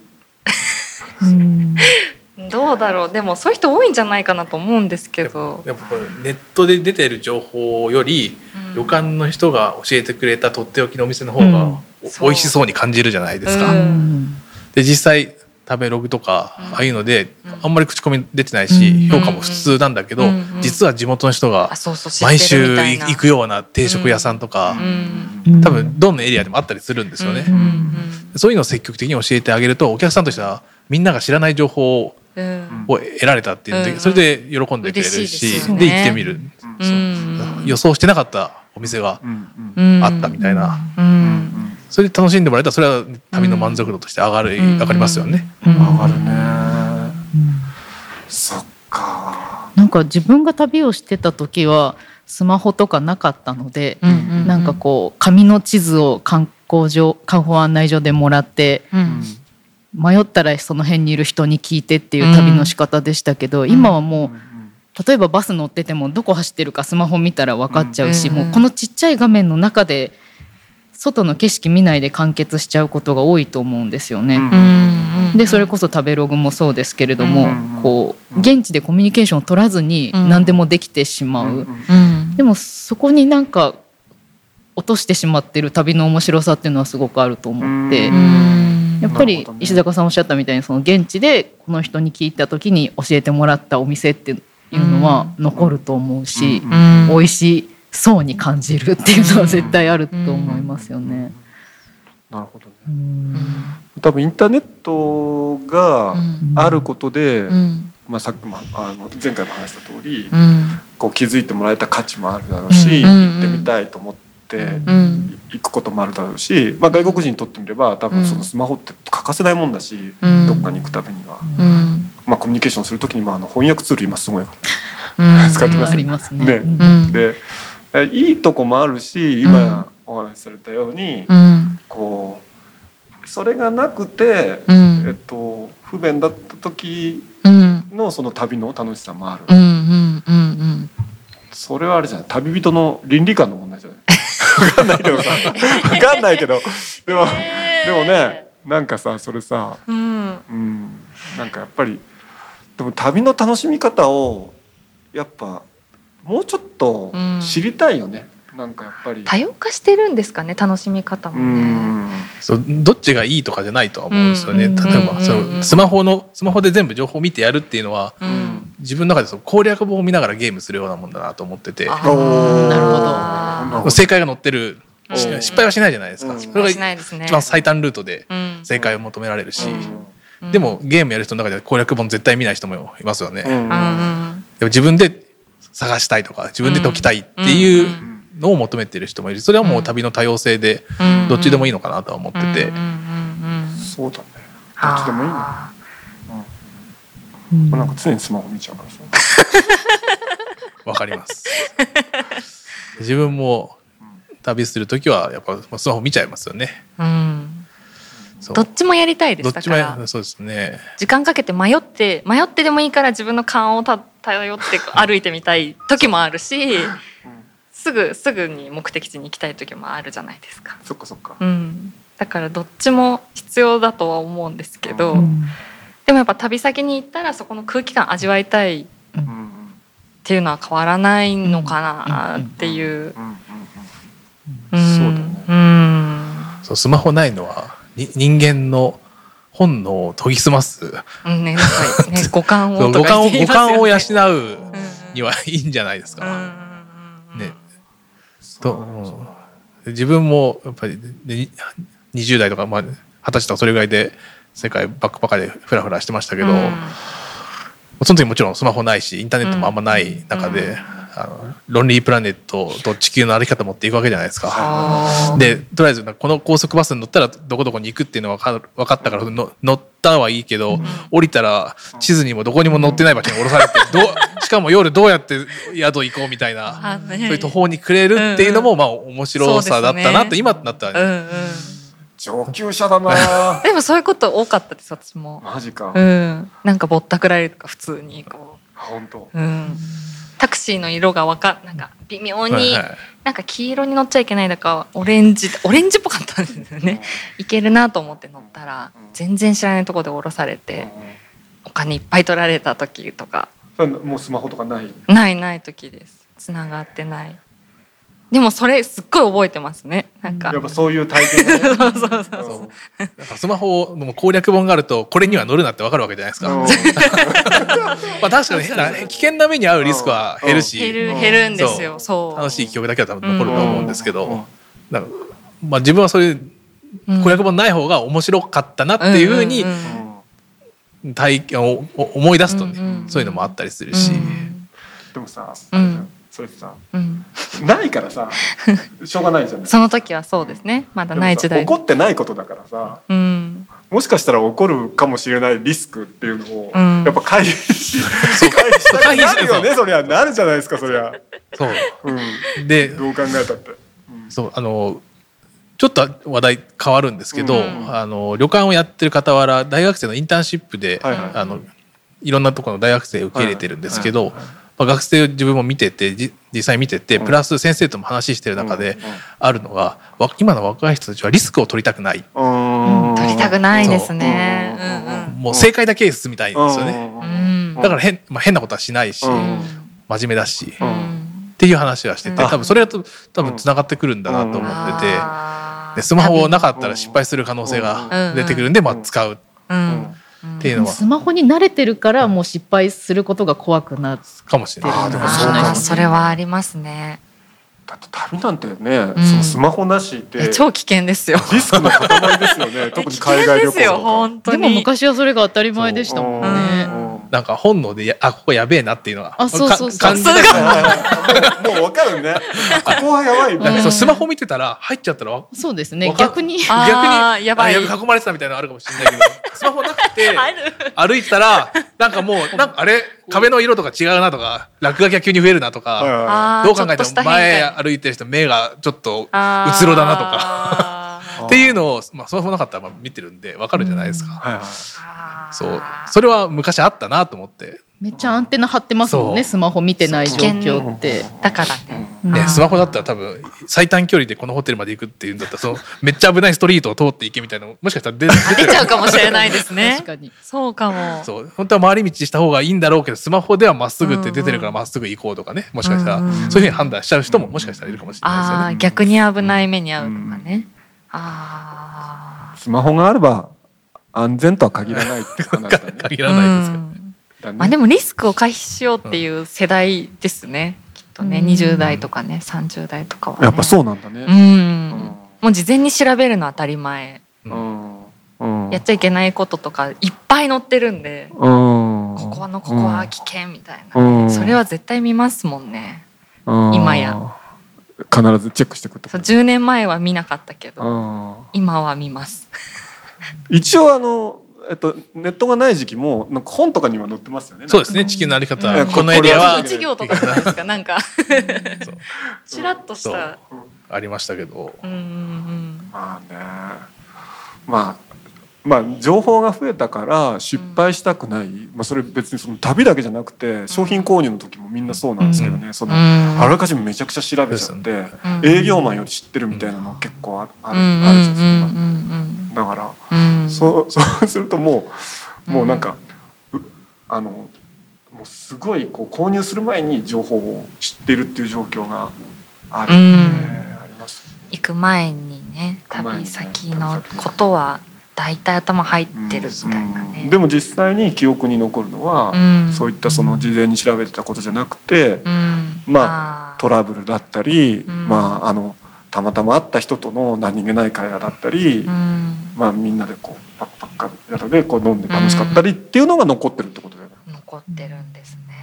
E: どうだろう。でもそういう人多いんじゃないかなと思うんですけど。
C: やっぱネットで出てる情報より、旅館の人が教えてくれたとっておきのお店の方が美味しそうに感じるじゃないですか。で実際食べログとかああいうのであんまり口コミ出てないし、評価も普通なんだけど、実は地元の人が毎週行くような定食屋さんとか、多分どんなエリアでもあったりするんですよね。そういうのを積極的に教えてあげると、お客さんとしてはみんなが知らない情報を得られたっていうので、それで喜んでくれるし、で行ってみる、予想してなかったお店があったみたいな、それで楽しんでもらえたらそれは旅の満足度として上がりますよね。
A: 上がるね。そっか。
D: なんか自分が旅をしてた時はスマホとかなかったので、なんかこう紙の地図を観光案内所でもらって、迷ったらその辺にいる人に聞いてっていう旅の仕方でしたけど、今はもう例えばバス乗っててもどこ走ってるかスマホ見たら分かっちゃうし、もうこのちっちゃい画面の中で外の景色見ないで完結しちゃうことが多いと思うんですよね。でそれこそ食べログもそうですけれども、こう現地でコミュニケーションを取らずに何でもできてしまう。でもそこになんか落としてしまってる旅の面白さっていうのはすごくあると思って、
B: やっぱり石坂さんおっしゃったみたいにその現地でこの人に聞いた時に教えてもらったお店っていうのは残ると思うし、美味しそうに感じるっていうのは絶対あると思いますよね。
A: なるほどね。多分インターネットがあることで、さっきも前回も話した通り、こう気づいてもらえた価値もあるだろうし、行ってみたいと思って行くこともあるだろうし、外国人にとってみれば多分そのスマホって欠かせないもんだし、どっかに行くためには、コミュニケーションするときにも翻訳ツール今すごい使ってますね。でいいとこもあるし、今お話しされたように、こうそれがなくて、不便だった時のその旅の楽しさもある。それはあれじゃない、旅人の倫理観の問題じゃない。分かんないけどさ、分かんないけど、でもね、なんかさ、それさ、なんかやっぱりでも旅の楽しみ方をやっぱもうちょっと知りたいよね。なんかやっぱり
E: 多様化してるんですかね、楽しみ方もね。
C: そうどっちがいいとかじゃないとは思うんですよね。例えばスマホで全部情報を見てやるっていうのは、自分の中でその攻略本を見ながらゲームするようなもんだなと思ってて、
B: なるほど。
C: 正解が載ってる、失敗はしないじゃないですか。それが一番最短ルートで正解を求められるし、でもゲームやる人の中では攻略本絶対見ない人もいますよね。でも自分で探したいとか自分で解きたいっていうのを求めてる人もいる。それはもう旅の多様性でどっちでもいいのかなとは思ってて、
A: そうだね、どっちでもいいな。なんか常にスマホ見ちゃうからさ。
C: わかります。自分も旅するときはやっぱスマホ見ちゃいますよね。
E: どっちもやりたいです。だから
C: そうですね。
E: 時間かけて迷ってでもいいから自分の勘を頼って歩いてみたい時もあるし、すぐに目的地に行きたい時もあるじゃないですか。
A: そっかそっか。
E: だからどっちも必要だとは思うんですけど、でもやっぱ旅先に行ったらそこの空気感味わいたいっていうのは変わらないのかなっていう。
A: そうだね。
C: そう、スマホないのは人間の本能を研ぎ澄ます、
E: 五感を
C: 養うにはいいんじゃないですか。ね。自分もやっぱり20代とか20歳とかそれぐらいで世界バックパッカーでフラフラしてましたけど、その時もちろんスマホないしインターネットもあんまない中で、ロンリープラネットと地球の歩き方持っていくわけじゃないですか。でとりあえずこの高速バスに乗ったらどこどこに行くっていうのが分かったから乗ったはいいけど、降りたら地図にもどこにも載ってない場所に降ろされてしかも夜どうやって宿行こうみたいな、そういう途方に暮れるっていうのも面白さだったなと今となったらね。
A: 上級者だな。
E: でもそういうこと多かったです、私も。
A: マジか。
E: なんかぼったくられるとか普通にこう。
A: 本当。
E: タクシーの色がなんか微妙に、なんか黄色に乗っちゃいけないだかオレンジっぽかったんですよね。いけるなと思って乗ったら全然知らないところで降ろされて、お金いっぱい取られた時とか。
A: もうスマホとかない？
E: ない時です。繋がってない。でもそれすっごい覚えてますね。なんか
A: やっぱそういう体験がね。
E: そう
C: スマホも攻略本があるとこれには乗るなって分かるわけじゃないですか。確かに危険な目に遭うリスクは減るし、
E: 減るんですよ。
C: 楽しい記憶だけは多分残ると思うんですけど、自分はそういう攻略本ない方が面白かったなっていうふうに体験を思い出すとね、そういうのもあったりするし。
A: でもさ、それさ、ないからさしょうがないじゃない。
E: その時はそうですね、まだない時代。
A: 起こってないことだからさ、もしかしたら起こるかもしれないリスクっていうのをやっぱ回避したくなるよね。そりゃなるじゃないですか、そりゃ。
C: そう。で
A: どう考えたって。
C: そうちょっと話題変わるんですけど、旅館をやってる傍ら大学生のインターンシップでいろんなところの大学生を受け入れてるんですけど。学生を自分も見てて実際見てて、プラス先生とも話してる中であるのが、今の若い人たちはリスクを取りたくない。
E: 取りたくないですね。
C: もう正解だけ進みたいんですよね。だから変なことはしないし、真面目だし、っていう話はしてて、多分それとつながってくるんだなと思ってて。 でスマホなかったら失敗する可能性が出てくるんで、使うっていうのは、
D: スマホに慣れてるからもう失敗することが怖くなる
C: かもしれない。
A: でもそうかも
E: それはありますね。
A: だって旅なんてね、そのスマホなしで
E: 超危険ですよ。
A: リスクの塊ですよね。特に海外旅行とか。
E: 危険ですよ本当に。
D: でも昔はそれが当たり前でしたもんね。
C: なんか本能でここやべえなっていうのが
D: そう
C: 感じた。
A: もう分かるね。ここはやばいみたいな。
C: そうスマホ見てたら入っちゃったら
D: そうですね。逆に
E: やばい
C: 囲まれてたみたいなのあるかもしれないけど、スマホなくて歩いてたらなんかもうあれ壁の色とか違うなとか、落書きが急に増えるなとか、どう考えても前歩いてる人目がちょっとうつろだなとかっていうのをスマホなかったら見てるんで分かるじゃないですか。そうそれは昔あったなと思って。
D: めっちゃアンテナ張ってますもんね、スマホ見てない状況って。
E: だからね、
C: スマホだったら多分最短距離でこのホテルまで行くっていうんだったら、めっちゃ危ないストリートを通っていけみたいなのもしかしたら出
E: ちゃうかもしれないですね。
D: 確かに
E: そうかも。
C: そう本当は回り道した方がいいんだろうけど、スマホではまっすぐって出てるからまっすぐ行こうとかね、もしかしたらそういうふうに判断しちゃう人ももしかしたらいるかもしれないですよね。
E: 逆に危ない目に遭うとかね。
A: スマホがあれば安全とは限らないって話だね。
C: 限らないですけど。
E: でもリスクを回避しようっていう世代ですね、きっとね。20代とかね30代とかはね。
A: やっぱそうなんだね。
E: もう事前に調べるの当たり前。やっちゃいけないこととかいっぱい載ってるんで、ここは危険みたいな、それは絶対見ますもんね。今や
A: 必ずチェックしてくると。
E: 10年前は見なかったけど今は見ます。
A: 一応ネットがない時期もなんか本とかには載ってますよね。
C: そうですね。地球のあり方、このエリアは
E: 1行とかじゃないですか。なんかチラッとした
C: ありましたけど。
A: まあね、まあ情報が増えたから失敗したくない。それ別にその旅だけじゃなくて商品購入の時もみんなそうなんですけどね。あらかじめめちゃくちゃ調べちゃって営業マンより知ってるみたいなの結構あるじゃないですか。だからそうするともうなんかもうすごい購入する前に情報を知っているっていう状況があります。
E: 行く前にね、旅先のことは大体頭入ってるみたいなね。
A: でも実際に記憶に残るのは、そういったその事前に調べてたことじゃなくて、トラブルだったり、たまたま会った人との何気ない会話だったり、みんなでパッカやらで飲んで楽しかったりっていうのが残ってるってことだよね。
E: 残ってるんですね。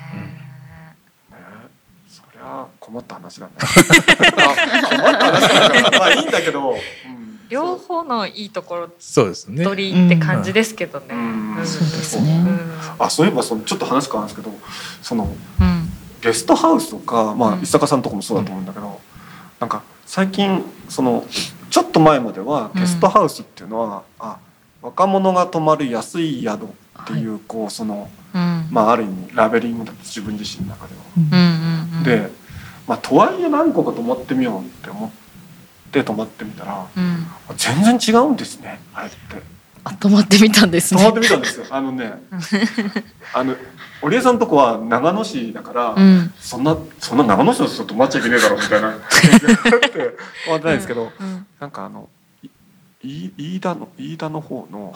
A: そりゃ困った話だね。困った話だからいいんだけど。
E: 両方のいいところ取りって感じですけどね。
D: そうですね。
A: そういえばちょっと話変わるんですけど、ゲストハウスとか石坂さんとかもそうだと思うんだけど、なんか最近ちょっと前まではゲストハウスっていうのは若者が泊まる安い宿っていうある意味ラベリングだった、自分自身の中では。で、とはいえ何個か泊まってみようって思って泊まってみたら、全然違うんですね、あれって。
D: 泊まってみたんですね。
A: 泊まってみたんですよ。織江さんのとこは長野市だから、そんな長野市の人泊まっちゃいけねえだろみたいなって思ってないんですけど、なんか飯田の方の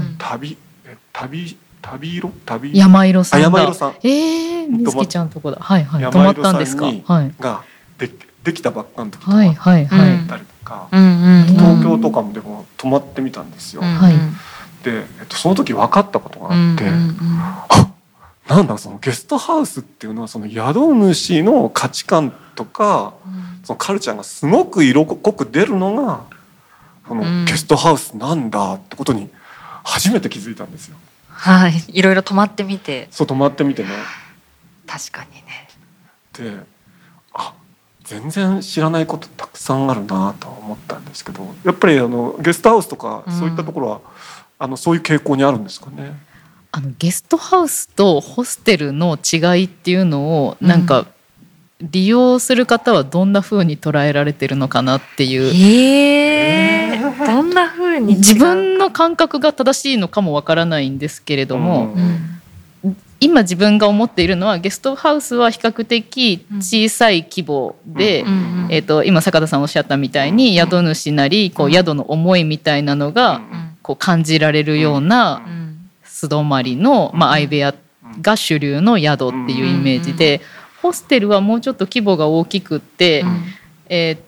D: 山色さん
A: 山色さん、
D: みずきちゃんとこだ。泊まったんですか。
A: ができたばっかの時とか
D: 行
A: ったりとか、東京とかもでも泊まってみたんですよ。で、その時分かったことがあって、なんだそのゲストハウスっていうのはその宿主の価値観とか、そのカルチャーがすごく色濃く出るのがこのゲストハウスなんだってことに初めて気づいたんですよ。
E: いろいろ泊まってみて。
A: 泊まってみてね。
E: 確かにね。
A: で、全然知らないことたくさんあるなと思ったんですけど、やっぱりゲストハウスとかそういったところは、そういう傾向にあるんですかね。
D: ゲストハウスとホステルの違いっていうのをなんか利用する方はどんな風に捉えられてるのかなっていう、
E: どんな風に
D: 自分の感覚が正しいのかもわからないんですけれども、 今自分が思っているのはゲストハウスは比較的小さい規模で、今坂田さんおっしゃったみたいに宿主なりこう宿の思いみたいなのがこう感じられるような素泊まりの、相部屋が主流の宿っていうイメージで、ホステルはもうちょっと規模が大きくって、例えば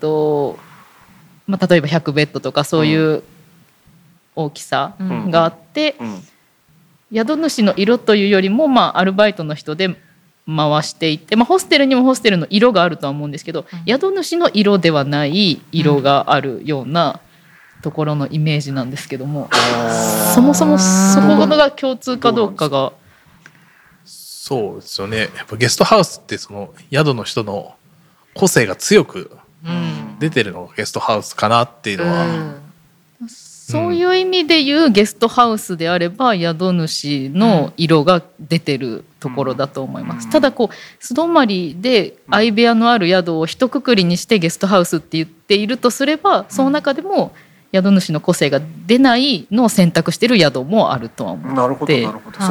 D: 100ベッドとかそういう大きさがあって、宿主の色というよりも、アルバイトの人で回していて、ホステルにもホステルの色があるとは思うんですけど、宿主の色ではない色があるようなところのイメージなんですけども、そもそもそこが共通かどうかが。
C: そうですよね。やっぱゲストハウスってその宿の人の個性が強く出てるのがゲストハウスかなっていうのは、
D: そういう意味で言うゲストハウスであれば宿主の色が出てるところだと思います。ただこう素泊まりで相部屋のある宿を一括りにしてゲストハウスって言っているとすれば、その中でも宿主の個性が出ないのを選択している宿もあるとは思って。
A: なるほどなるほど。そっ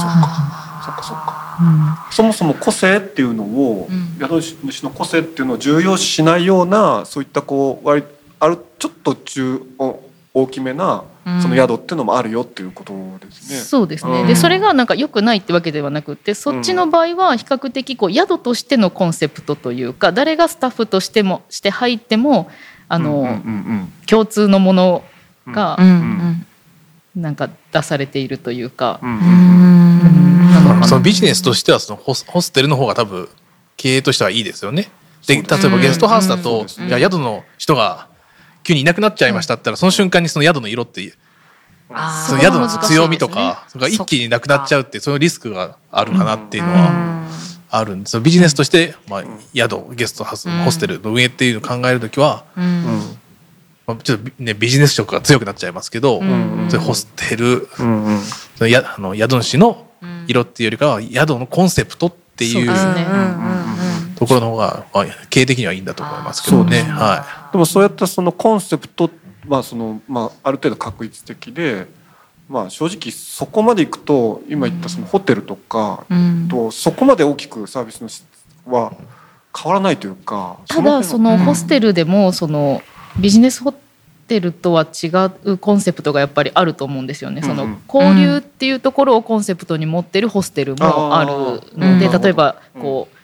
A: か。そもそも個性っていうのを、宿主の個性っていうのを重要視しないような、そういったこうちょっと大きめなその宿っていうのもあるよっていうことですね。
D: そうですね。でそれがなんか良くないってわけではなくて、そっちの場合は比較的こう宿としてのコンセプトというか、誰がスタッフとして入っても共通のものがなんか出されているというか、
C: そのビジネスとしてはそのホステルの方が多分経営としてはいいですよね。で例えばゲストハウスだと、いや宿の人が急にいなくなっちゃいましたって言ったら、その瞬間にその宿の色ってその宿の強みとかが一気になくなっちゃうっていう、そのリスクがあるかなっていうのはあるんです。ビジネスとして、宿ゲストハウスホステルの運営っていうのを考えるときは、ちょっとねビジネス色が強くなっちゃいますけど、それホステル、その宿主の色っていうよりかは宿のコンセプトっていうところの方が、経営的にはいいんだと思いますけどね。
A: でもそうやったそのコンセプト、ある程度確一的で、正直そこまでいくと今言ったそのホテルとかとそこまで大きくサービスの質は変わらないというか。
D: ただそのホステルでもそのビジネスホテルとは違うコンセプトがやっぱりあると思うんですよね。その交流っていうところをコンセプトに持ってるホステルもあるので、例えばこう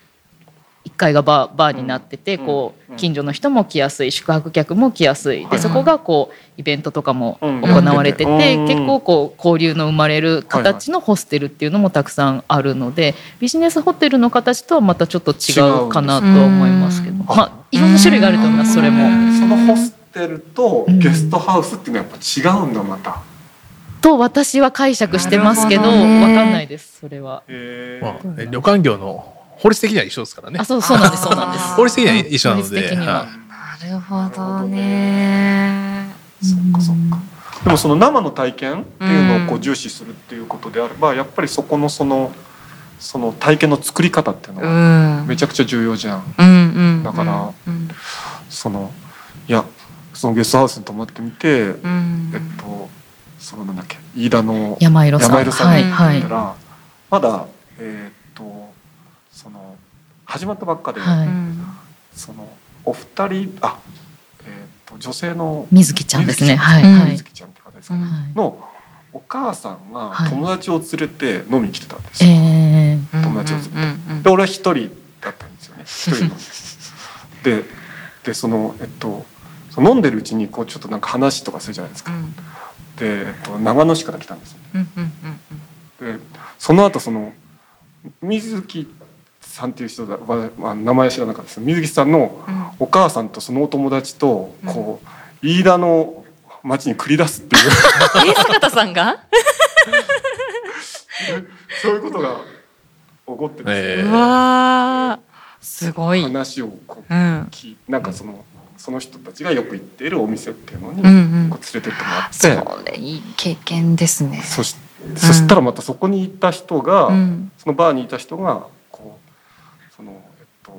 D: 1階がバーになってて、こう近所の人も来やすい、宿泊客も来やすいで、そこがこうイベントとかも行われてて、結構こう交流の生まれる形のホステルっていうのもたくさんあるので、ビジネスホテルの形とはまたちょっと違うかなと思いますけど、いろんな種類があると思います。それも
A: そのホステルとゲストハウスっていうのはやっぱ違うんだ、また
D: と私は解釈してますけど、分かんないです。それは
C: 旅館業の法律的には一緒ですからね。
D: そうなんです。
C: 法律的には一緒なので。
E: なるほどね。
A: そっか。でもその生の体験っていうのをこう重視するっていうことであれば、やっぱりそこのその体験の作り方っていうのはめちゃくちゃ重要じゃん。だからそのゲストハウスに泊まってみて、そのなんだっけ、飯田の
D: 山色さん
A: に行ったら、まだその始まったばっかで、そのお二人女性の
D: 水木ちゃんですね。
A: 水木ちゃんって方ですかね、のお母さんが友達を連れて飲みに来てたんですよ。友達を連れて、で俺は一人だったんですよね。一人のでその飲んでるうちにこうちょっとなんか話とかするじゃないですか。で長野市から来たんですよ。でその後その水木さんっていう人は、名前知らなかったです。水木さんのお母さんとそのお友達とこう飯田の町に繰り出すっていう
E: 坂田さんが
A: そういうことが起こってですね。
E: うわすごい
A: 話をこうなんかその人たちがよく行っているお店っていうのにこう連れてってもらって、
E: それいい経験ですね。
A: そしたらまたそこにいた人が、そのバーにいた人がこうその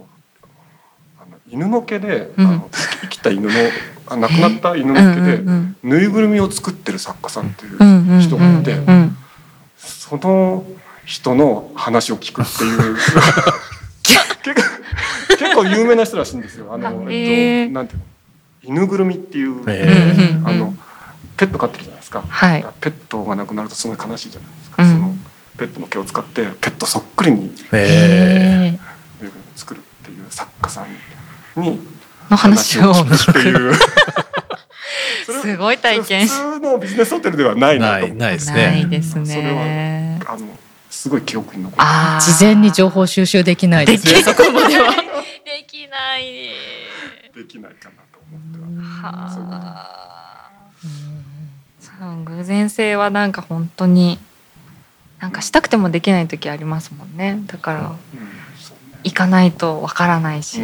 A: 犬の毛で生きた犬の亡くなった犬の毛でぬいぐるみを作ってる作家さんっていう人がいて、その人の話を聞くっていう結構有名な人らしいんですよ。なんていうの、犬ぐるみっていう、ペット飼ってるじゃないですか、はい、ペットが亡くなるとすごい悲しいじゃないですか、そのペットの毛を使ってペットそっくりに作るっていう作家さんに
E: の話を
A: 聞くっていう
E: すごい体験。
A: 普通のビジネスホテルではないなと思って。
C: ないですね。
E: ないですね。それ
A: はすごい記憶に残る。
D: 事前に情報収集できないですね。そこまでは
E: できない。
A: できないかなと思っては。
E: 偶然性はなんか本当になんかしたくてもできない時ありますもんね。だから、行かないとわからないし。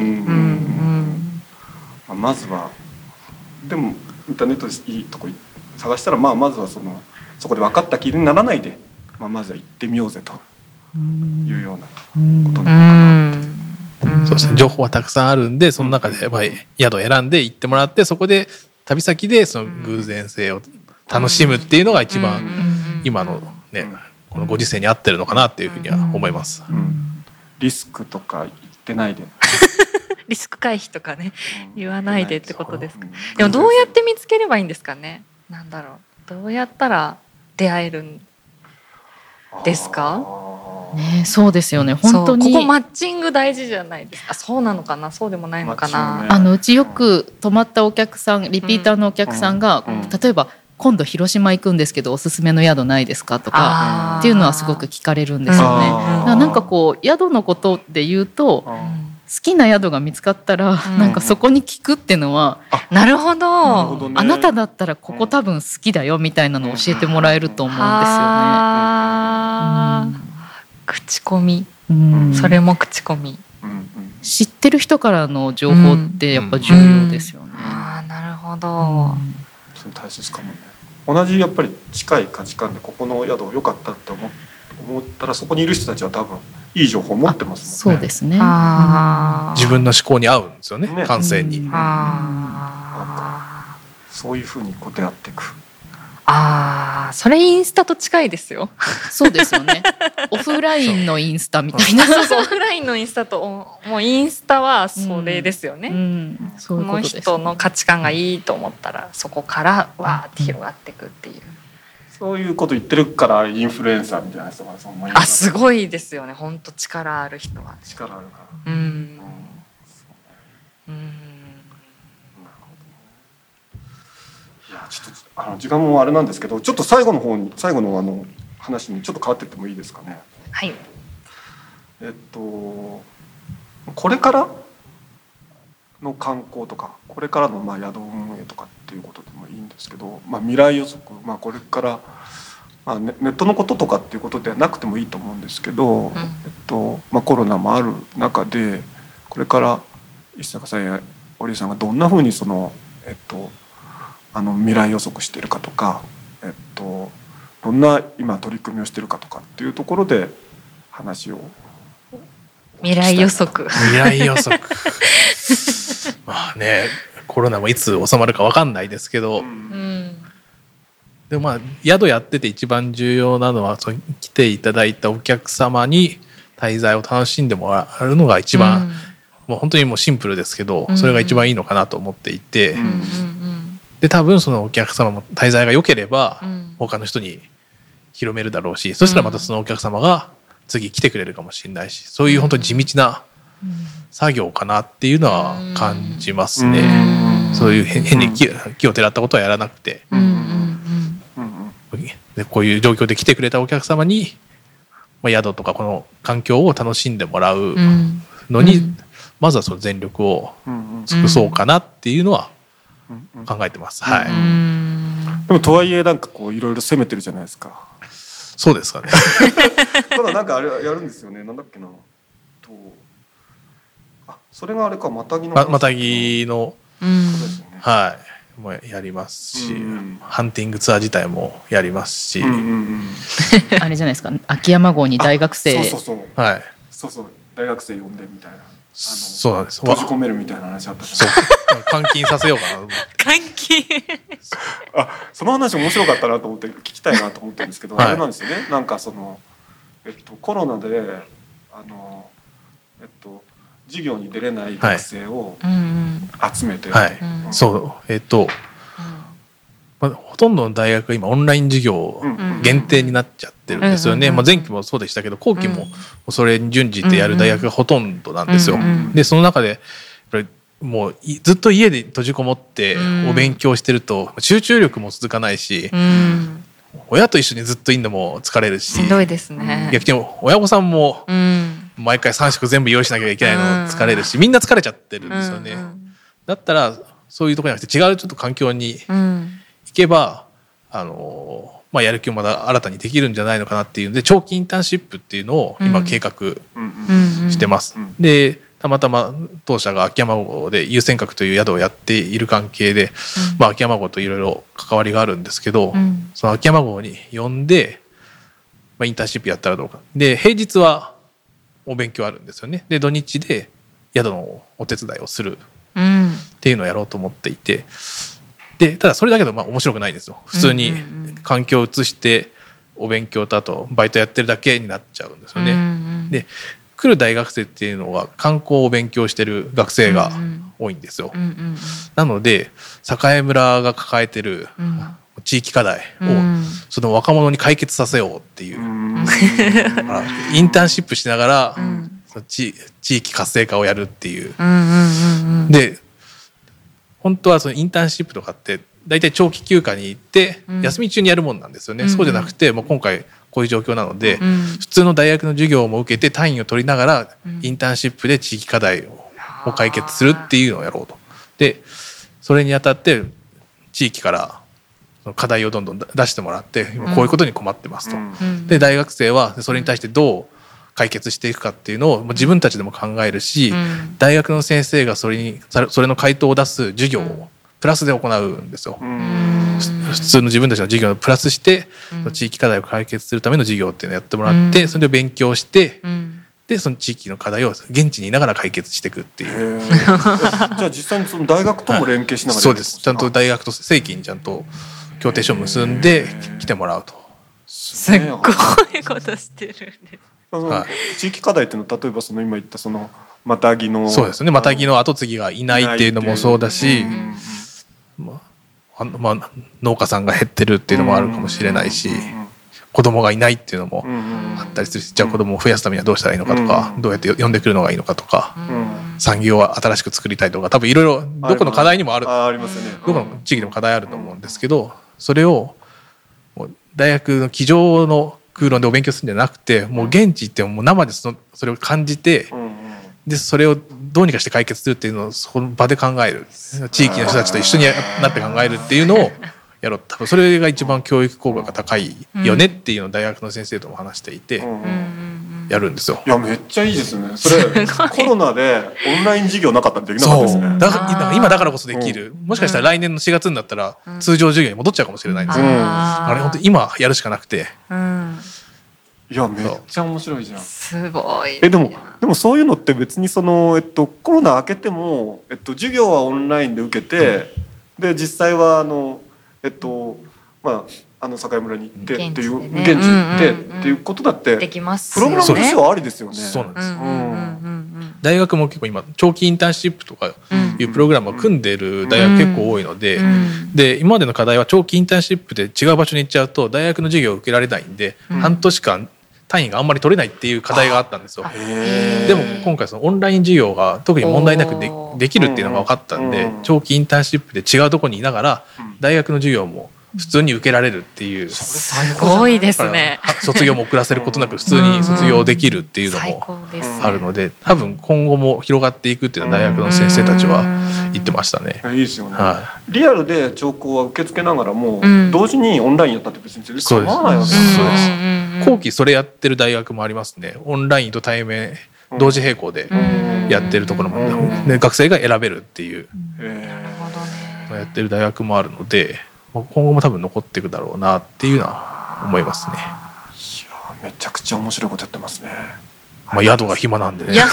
A: まずはでもインターネットでいいとこ探したら、まずはそこで分かった気にならないで、まずは行ってみようぜというようなことなのかなって。
C: そうですね。情報はたくさんあるんで、その中で宿を選んで行ってもらって、そこで旅先でその偶然性を楽しむっていうのが一番今のね、このご時世に合ってるのかなっていうふうには思います。
A: リスクとか言ってないで。
E: リスク回避とかね、言わないでってことですか。でもどうやって見つければいいんですかね。なんだろう。どうやったら出会えるんですか。
D: ね、そうですよね。本当に
E: ここマッチング大事じゃないですか。そうなのかな、そうでもないのかな。
D: うちよく泊まったお客さん、リピーターのお客さんが、例えば今度広島行くんですけどおすすめの宿ないですかとかっていうのはすごく聞かれるんですよね。なんかこう宿のことで言うと、好きな宿が見つかったら、なんかそこに聞くっていうのは、
E: なるほど、
D: あなただったらここ多分好きだよみたいなのを教えてもらえると思うんですよね。
E: 口コミ、それも口コミ。
D: 知ってる人からの情報ってやっぱ重要ですよね。
E: なるほど。
A: それ大切かもね。同じやっぱり近い価値観でここの宿良かったって思ったら、そこにいる人たちは多分いい情報を持ってますもんね。
D: そうですね。
C: 自分の思考に合うんですよね、感性に。
A: そういうふうに出会っていく。
E: それインスタと近いですよ。
D: そうですよね。オフラインのインスタみたいな。
E: そうオフラインのインスタと、もうインスタはそれですよね。
D: その
E: 人の価値観がいいと思ったら、そこからわーって広がっていくっていう。
A: そういうこと言ってるからインフルエンサーみたいな人がそう思います。
E: すごいですよね。本当力ある人は。
A: 力あるから。いやちょっと時間もあれなんですけど、ちょっと最後の話にちょっと変わっていってもいいですかね。
E: はい。
A: これからの観光とかこれからの宿運営とかっていうことでもいいんですけど、未来予測、これから、ネットのこととかっていうことではなくてもいいと思うんですけど、コロナもある中でこれから石坂さんや織さんがどんなふうに未来予測しているかとか、どんな今取り組みをしているかとかっていうところで話を。
E: 未来予測。
C: 未来予測。コロナもいつ収まるか分かんないですけど、でも宿やってて一番重要なのは、来ていただいたお客様に滞在を楽しんでもらうのが一番、もう本当にもうシンプルですけど、それが一番いいのかなと思っていて、で多分そのお客様も滞在が良ければ他の人に広めるだろうし、そしたらまたそのお客様が次来てくれるかもしれないし、そういう本当に地道な作業かなっていうのは感じますね。そういう変に木をてらったことはやらなくて、でこういう状況で来てくれたお客様に、宿とかこの環境を楽しんでもらうのに、まずはその全力を尽くそうかなっていうのは考えてます。はい。
A: でもとはいえいろいろ攻めてるじゃないですか。
C: そうですかね。
A: ただあれやるんですよね。なんだっけな。それがあれか、またぎの。
C: またぎの。はい。もやりますし、ハンティングツアー自体もやりますし。
D: あれじゃないですか。秋山郷に大学生。
A: はい。そう大学生呼んでみたいな。
C: そうなんです。
A: 閉じ込めるみたいな話あったじゃ
C: ん。監禁させようかな。
E: 監禁。
A: その話面白かったなと思って聞きたいなと思ってるんですけど、あれなんですよね。 コロナで授業に出れない学生を集めて、
C: そうほとんどの大学が今オンライン授業限定になっちゃってるんですよね。前期もそうでしたけど後期もそれに準じてやる大学がほとんどなんですよ。でその中でやっぱりもうずっと家で閉じこもってお勉強してると集中力も続かないし、親と一緒にずっといるのも疲れるし、
E: しんどいですね。
C: 逆に親御さんも毎回3食全部用意しなきゃいけないの疲れるし、みんな疲れちゃってるんですよね。だったらそういうところじゃなくて違うちょっと環境に行けばやる気をまだ新たにできるんじゃないのかなっていうんで長期インターンシップっていうのを今計画してます。でたまたま当社が秋山郷で優先閣という宿をやっている関係で、秋山郷といろいろ関わりがあるんですけど、その秋山郷に呼んで、インターンシップやったらどうか。で平日はお勉強あるんですよね。で土日で宿のお手伝いをするっていうのをやろうと思っていて、でただそれだけで面白くないんですよ。普通に環境を移してお勉強とあとバイトやってるだけになっちゃうんですよね。で来る大学生っていうのは観光を勉強してる学生が多いんですよ。なので栄村が抱えてる地域課題をその若者に解決させようっていう、インターンシップしながら地域活性化をやるっていう。で本当はそのインターンシップとかって大体長期休暇に行って休み中にやるもんなんですよね。そうじゃなくてもう今回こういう状況なので、普通の大学の授業も受けて単位を取りながらインターンシップで地域課題を解決するっていうのをやろうと。でそれにあたって地域から課題をどんどん出してもらってこういうことに困ってますと。で大学生はそれに対してどう解決していくかっていうのを自分たちでも考えるし、大学の先生がそれの回答を出す授業をプラスで行うんですよ。普通の自分たちの授業をプラスして地域課題を解決するための授業っていうのをやってもらって、それで勉強して、でその地域の課題を現地にいながら解決していくっていう。
A: じゃあ実際にその大学とも連携しながら、
C: そうです。ちゃんと大学と正規にちゃんと協定書を結んで来てもらうと。
E: すっごいことしてるんです。
A: 地域課題っていうのは例えばその今言ったそのマタギの
C: そうですね、マタギの後継ぎがいないっていうのもそうだし、農家さんが減ってるっていうのもあるかもしれないし、子供がいないっていうのもあったりするし、じゃあ子供を増やすためにはどうしたらいいのかとか、どうやって呼んでくるのがいいのかとか、産業を新しく作りたいとか、多分いろいろどこの課題にもありますよね。どこの地域でも課題あると思うんですけど、それを大学の机上の空論でお勉強するんじゃなくて、もう現地行ってもう生でそれを感じて、でそれをどうにかして解決するっていうのをその場で考える、地域の人たちと一緒になって考えるっていうのをやろう。多分それが一番教育効果が高いよねっていうのを大学の先生とも話していてやるんですよ。
A: いやめっちゃいいですね。それコロナでオンライイン授業なかったらできなかったですね。
C: 今だからこそできる。もしかしたら来年の4月になったら通常授業に戻っちゃうかもしれないんですよ。あれ本当今やるしかなくて。
A: いやめっちゃ面白いじゃん。
E: すごい。
A: でもそういうのって別にそのコロナ明けても授業はオンラインで受けて、で実際は境村に行ってっていう現地行ってっていうことだって
E: できます
A: プログラムとしてはありですよね。
C: そうなんです。大学も結構今長期インターンシップとかいうプログラムを組んでいる大学結構多いので、で今までの課題は長期インターンシップで違う場所に行っちゃうと大学の授業を受けられないんで、半年間単位があんまり取れないっていう課題があったんですよ。でも今回そのオンライン授業が特に問題なくできるっていうのが分かったんで、長期インターンシップで違うところにいながら大学の授業も普通に受けられるっていう、
E: すごいですね。
C: 卒業も遅らせることなく普通に卒業できるっていうのもあるので、多分今後も広がっていくっていうのは大学の先生たちは言ってましたね。
A: いいですよね。リアルで聴講は受け付けながらも同時にオンラインやったって別に全然構わないわけですよね。
C: 後期それやってる大学もありますね。オンラインと対面同時並行でやってるところも、学生が選べるっていうやってる大学もあるので、今後も多分残っていくだろうなっていうのは思いますね。いや
A: めちゃくちゃ面白いことやってますね。
C: 宿が暇なんでね。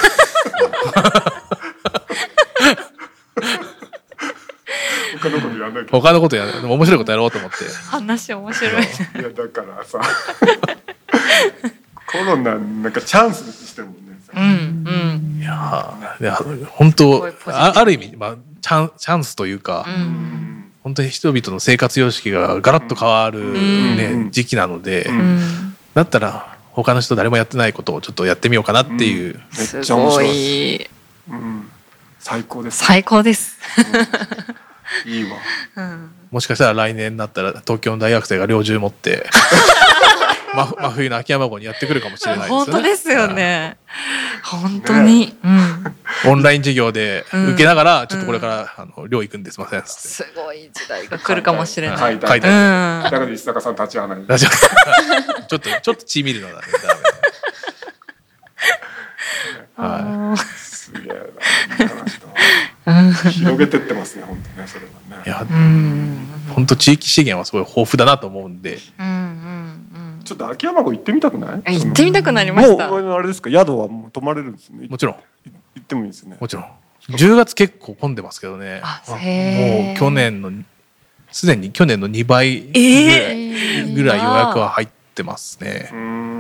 C: 他のことやる。面白いことやろうと思って。
E: 話面白い。い
A: やだからさコロナなんかチャンスにしてるもんね。
C: いや本当ある意味、チャンスというか、本当に人々の生活様式がガラッと変わる、時期なので、だったら他の人誰もやってないことをちょっとやってみようかなっていう、
A: めっちゃ面白いです。最高です。
E: 最高です。
A: いいわ。
C: もしかしたら来年になったら東京の大学生が猟銃持って真冬の秋山郷にやってくるかもしれないですよね。
E: 本当ですよね。本当に、
C: オンライン授業で受けながら、ちょっとこれから猟行くんですいませんっつって、
E: すごい時代が来るかもしれない。
A: 書いてある。だから石坂さん立ち会わない。
C: ちょっと血見るのだね。
A: すげえな。広げてってますね、本当ね、それはね。
C: いや、本当地域資源はすごい豊富だなと思うんで。
A: ちょっと秋山郷行ってみたくない？
E: 行ってみたくなりました。
A: もうあれですか、宿はもう泊まれるんですね。
C: もちろん。
A: 行ってもいいですね。
C: もちろん。10月結構混んでますけどね。もうすでに去年の2倍ぐらい予約は入ってますね。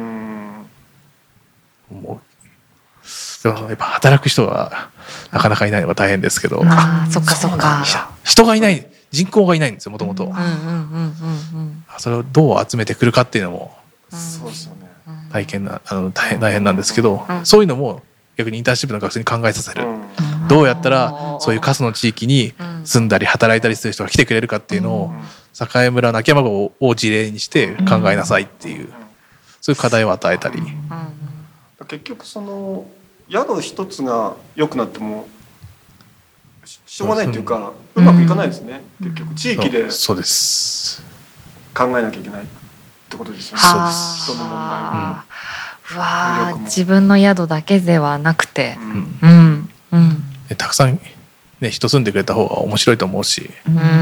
C: もうやっぱ働く人がなかなかいないのが大変ですけど。
E: そっかそっか。
C: 人がいない、人口がいないんですよ、もともと。それをどう集めてくるかっていうのも大変なんですけど、そういうのも逆にインターンシップの学生に考えさせる。どうやったらそういう過疎の地域に住んだり働いたりする人が来てくれるかっていうのを、栄村の秋山郷を事例にして考えなさいっていう、そういう課題を与えたり。
A: 結局その宿一つが良くなってもしょうがないっていうか、うまくいかないですね。結局地域で
C: そうです
A: 考えなきゃいけないってことですよね。
C: そうです。
A: 人の問題
E: も自分の宿だけではなくて、
C: たくさんね、人住んでくれた方が面白いと思うし、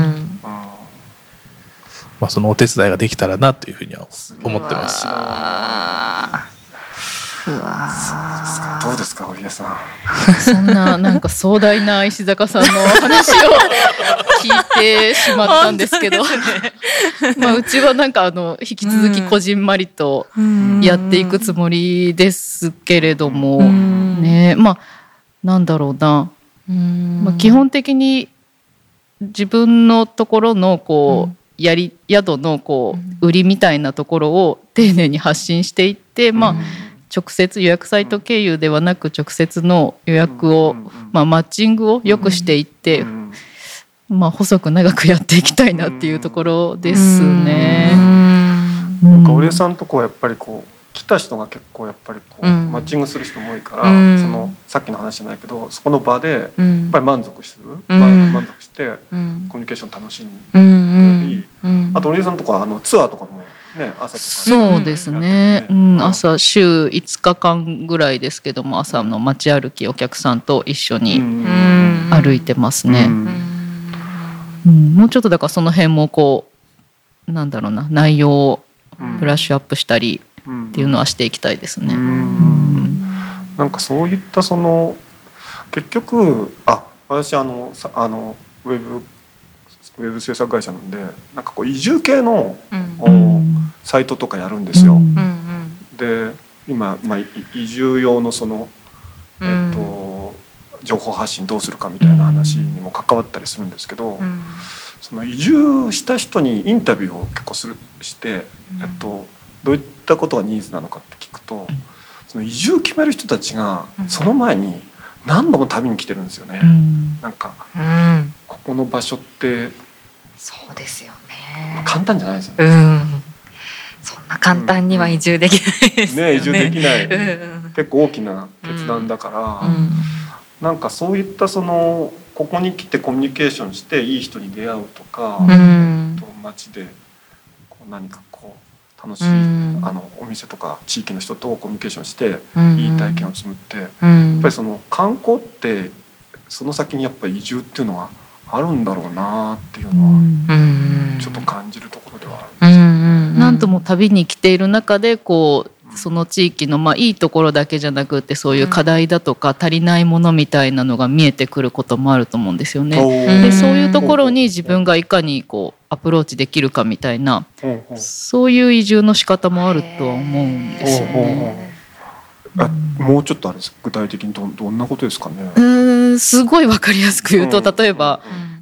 C: そのお手伝いができたらなというふうには思ってます。
A: どうですか、堀江さん。
D: そんななんか壮大な石坂さんの話を聞いてしまったんですけど、うちはなんか引き続きこじんまりとやっていくつもりですけれどもね、なんだろうな、基本的に自分のところの宿の売りみたいなところを丁寧に発信していって、直接予約サイト経由ではなく直接の予約を、マッチングを良くしていって、細く長くやっていきたいなっていうところですね。
A: 堀江さんとこはやっぱり来た人が結構やっぱりマッチングする人も多いから、そのさっきの話じゃないけど、そこの場でやっぱり満足する、満足してコミュニケーション楽しんで、あと堀江さんとかツアーとかもね、朝とか
D: そうですね、朝週5日間ぐらいですけども、朝の街歩きお客さんと一緒に歩いてますね。もうちょっとだからその辺もなんだろうな、内容をブラッシュアップしたりっていうのはしていきたいですね。
A: なんかそういった結局私ウェブ制作会社なんで、なんか移住系のサイトとかやるんですよ。で今、移住用の情報発信どうするかみたいな話にも関わったりするんですけど、その移住した人にインタビューを結構して、どういったことがニーズなのかって聞くと、その移住決める人たちがその前に何度も旅に来てるんですよね。なんかここの場所って
E: そうですよね。
A: 簡単じゃないですよ
E: ね。そんな簡単には移住できないですよね。
A: 移住できない。結構大きな決断だから、なんかそういったここに来てコミュニケーションしていい人に出会うとか、街で何か楽しいお店とか地域の人とコミュニケーションしていい体験を積むって、やっぱり観光ってその先にやっぱり移住っていうのはあるんだろうなっていうのはちょっと感じるところではあるんですよね。
D: 何とも旅に来ている中でその地域のいいところだけじゃなくてそういう課題だとか足りないものみたいなのが見えてくることもあると思うんですよね。でそういうところに自分がいかにアプローチできるかみたいなそういう移住の仕方もあるとは思うんですよね。
A: もうちょっとあれです具体的にどんなことですかね。
D: すごい分かりやすく言うと例えば、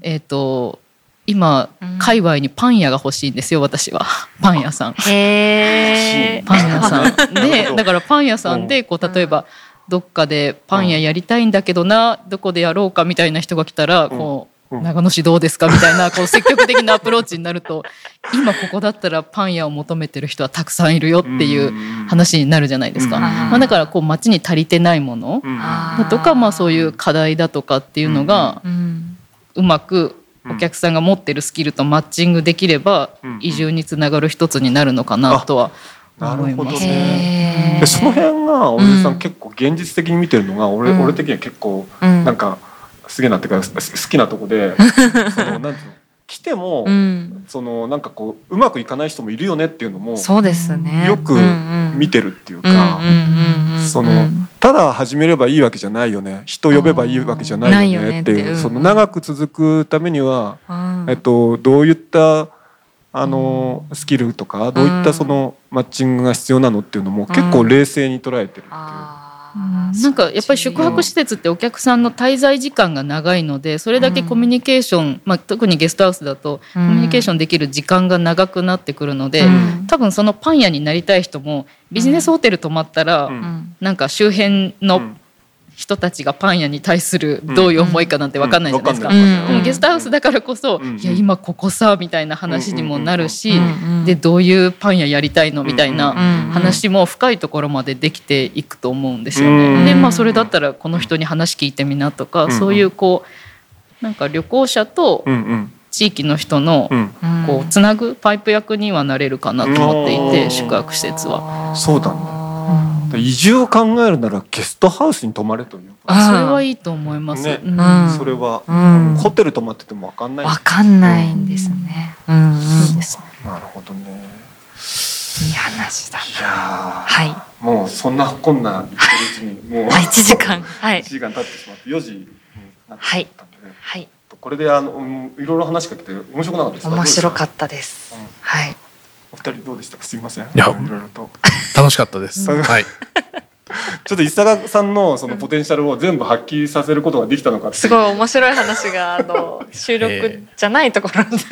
D: 今界隈にパン屋が欲しいんですよ私は。パン屋さん。パン屋さんでだからパン屋さんで例えばどっかでパン屋やりたいんだけどなどこでやろうかみたいな人が来たら長野市どうですかみたいな積極的なアプローチになると今ここだったらパン屋を求めてる人はたくさんいるよっていう話になるじゃないですか。だから街に足りてないものだとかそういう課題だとかっていうのがうまくお客さんが持ってるスキルとマッチングできれば移住につながる一つになるのかなとは思います。
A: でその辺がおじさん結構現実的に見てるのが俺的には結構なんかすげえなっていうか好きなとこでなんていうの来てもなんかうまくいかない人もいるよねっていうのも
E: そうですね
A: よく見てるっていうかただ始めればいいわけじゃないよね人呼べばいいわけじゃないよねっていう長く続くためにはどういったスキルとかどういったマッチングが必要なのっていうのも結構冷静に捉えてるっていう。
D: なんかやっぱり宿泊施設ってお客さんの滞在時間が長いのでそれだけコミュニケーション、特にゲストハウスだとコミュニケーションできる時間が長くなってくるので、多分そのパン屋になりたい人もビジネスホテル泊まったら、なんか周辺の人たちがパン屋に対するどういう思いかなんて分かんないじゃないですか。でもゲストハウスだからこそ、いや今ここさみたいな話にもなるし、でどういうパン屋やりたいのみたいな話も深いところまでできていくと思うんですよね。でそれだったらこの人に話聞いてみなとか、そういうなんか旅行者と地域の人のつなぐパイプ役にはなれるかなと思っていて、宿泊施設は。
A: そうだね。移住を考えるならゲストハウスに泊まれという
D: それはいいと思います、
A: ねそれは、ホテル泊まってても分かんない
E: 分かんないんですね。いいですね。
A: なるほどね。
E: いい話だ。
A: いや
E: はい
A: もうそんなこんな言ってるうちにもう
E: 1時間
A: 1時間経ってしまって4時になってしまったんでね、
E: はい、
A: これでいろいろ話しかけて面白くなかったですか。
E: 面白かったです、はい。
A: お二人どうでしたか。すみません。い
C: や
A: いろいろと
C: 楽しかったです。はい。
A: ちょっと伊坂さんのそのポテンシャルを全部発揮させることができたのかって。
E: すごい面白い話が収録じゃないところでね。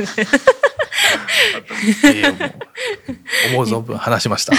C: 思う存分話しました。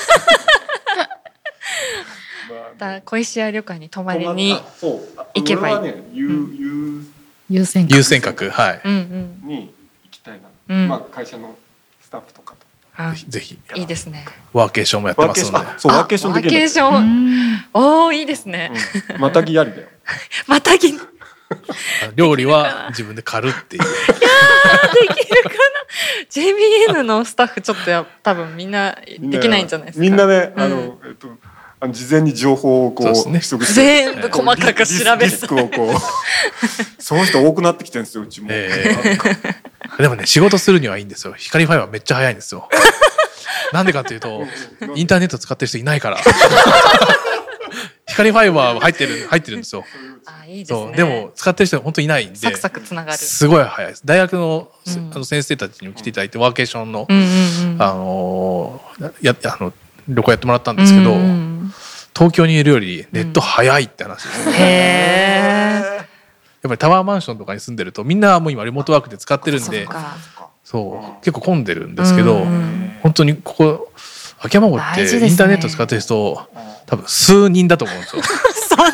E: 小石屋旅館に泊まりに行けばいい。
D: 優先
C: 閣はい
A: に行きたいな。会社のスタッフとかと。
C: ぜひ
E: いいですね。
C: ワーケーションもやってますので。
A: そうワーケーションできる。
E: ワーケーション。おーいいですね。
A: またぎありだよ。
E: またぎ。
C: 料理は自分で狩るっていう。いや
E: できるかな。JBN のスタッフちょっと多分みんなできないんじゃないですか。
A: みんなね事前に情報を取得して
E: 全部細かく調べ
A: リスクをそういう人多くなってきてるんですようちも。
C: でもね仕事するにはいいんですよ。光ファイバーめっちゃ早いんですよ。なんでかっていうとインターネット使ってる人いないから。光ファイバー入ってるんですよ。
E: いいですね。
C: そうでも使ってる人本当いないんで
E: サクサクつながる。
C: すごい早いです。大学の先生たちにも来ていただいてワーケーションの旅行やってもらったんですけど、東京にいるよりネット早いって話ですね。
E: へー。
C: やっぱりタワーマンションとかに住んでるとみんなもう今リモートワークで使ってるんでそう結構混んでるんですけど、本当にここ秋山郷ってインターネット使ってる人多分数人だと思うんですよ。
E: そんな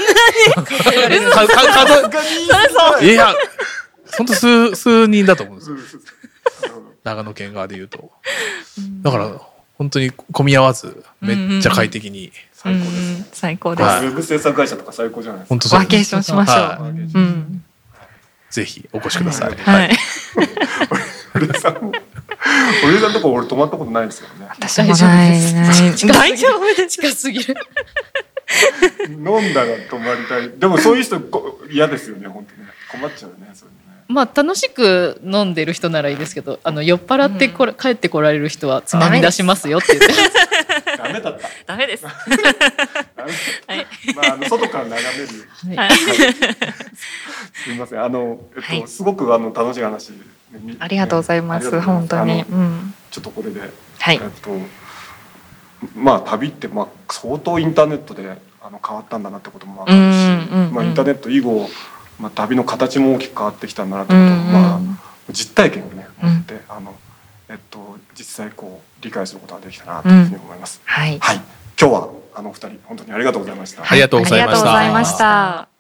E: に
C: いや本当数人だと思うんですよ。長野県側でいうとだから本当に混み合わずめっちゃ快適に
A: 最高です。
E: 最高です。
A: ウェブ制作会社とか最高じゃないですか。
C: 本当そうです。
E: ワーケーションしましょう。
C: ぜひお越しください。
E: はい。
A: 堀江さんとこ俺泊まったことないですよね。
E: 私もない。大丈夫です。
D: 近すぎる。
A: 飲んだら泊まりたい。でもそういう人嫌ですよね本当に。困っちゃうねそれね。
D: 楽しく飲んでる人ならいいですけど酔っ払って帰ってこられる人はつまみ出しますよって言って。
A: ダメだった。
E: ダメです。はい。
A: 外から眺める。すみません。すごく楽しい話。
E: ありがとうございます。本当に。
A: ちょっとこれで。
E: はい。
A: 旅って相当インターネットで変わったんだなってこともわかるし、インターネット以後旅の形も大きく変わってきたんだなってことも実体験をね持って実際理解することができたなというふうに思います。はい。今日はお二人本当にありがとうございました。
C: ありがとうございました。
E: ありがとうございました。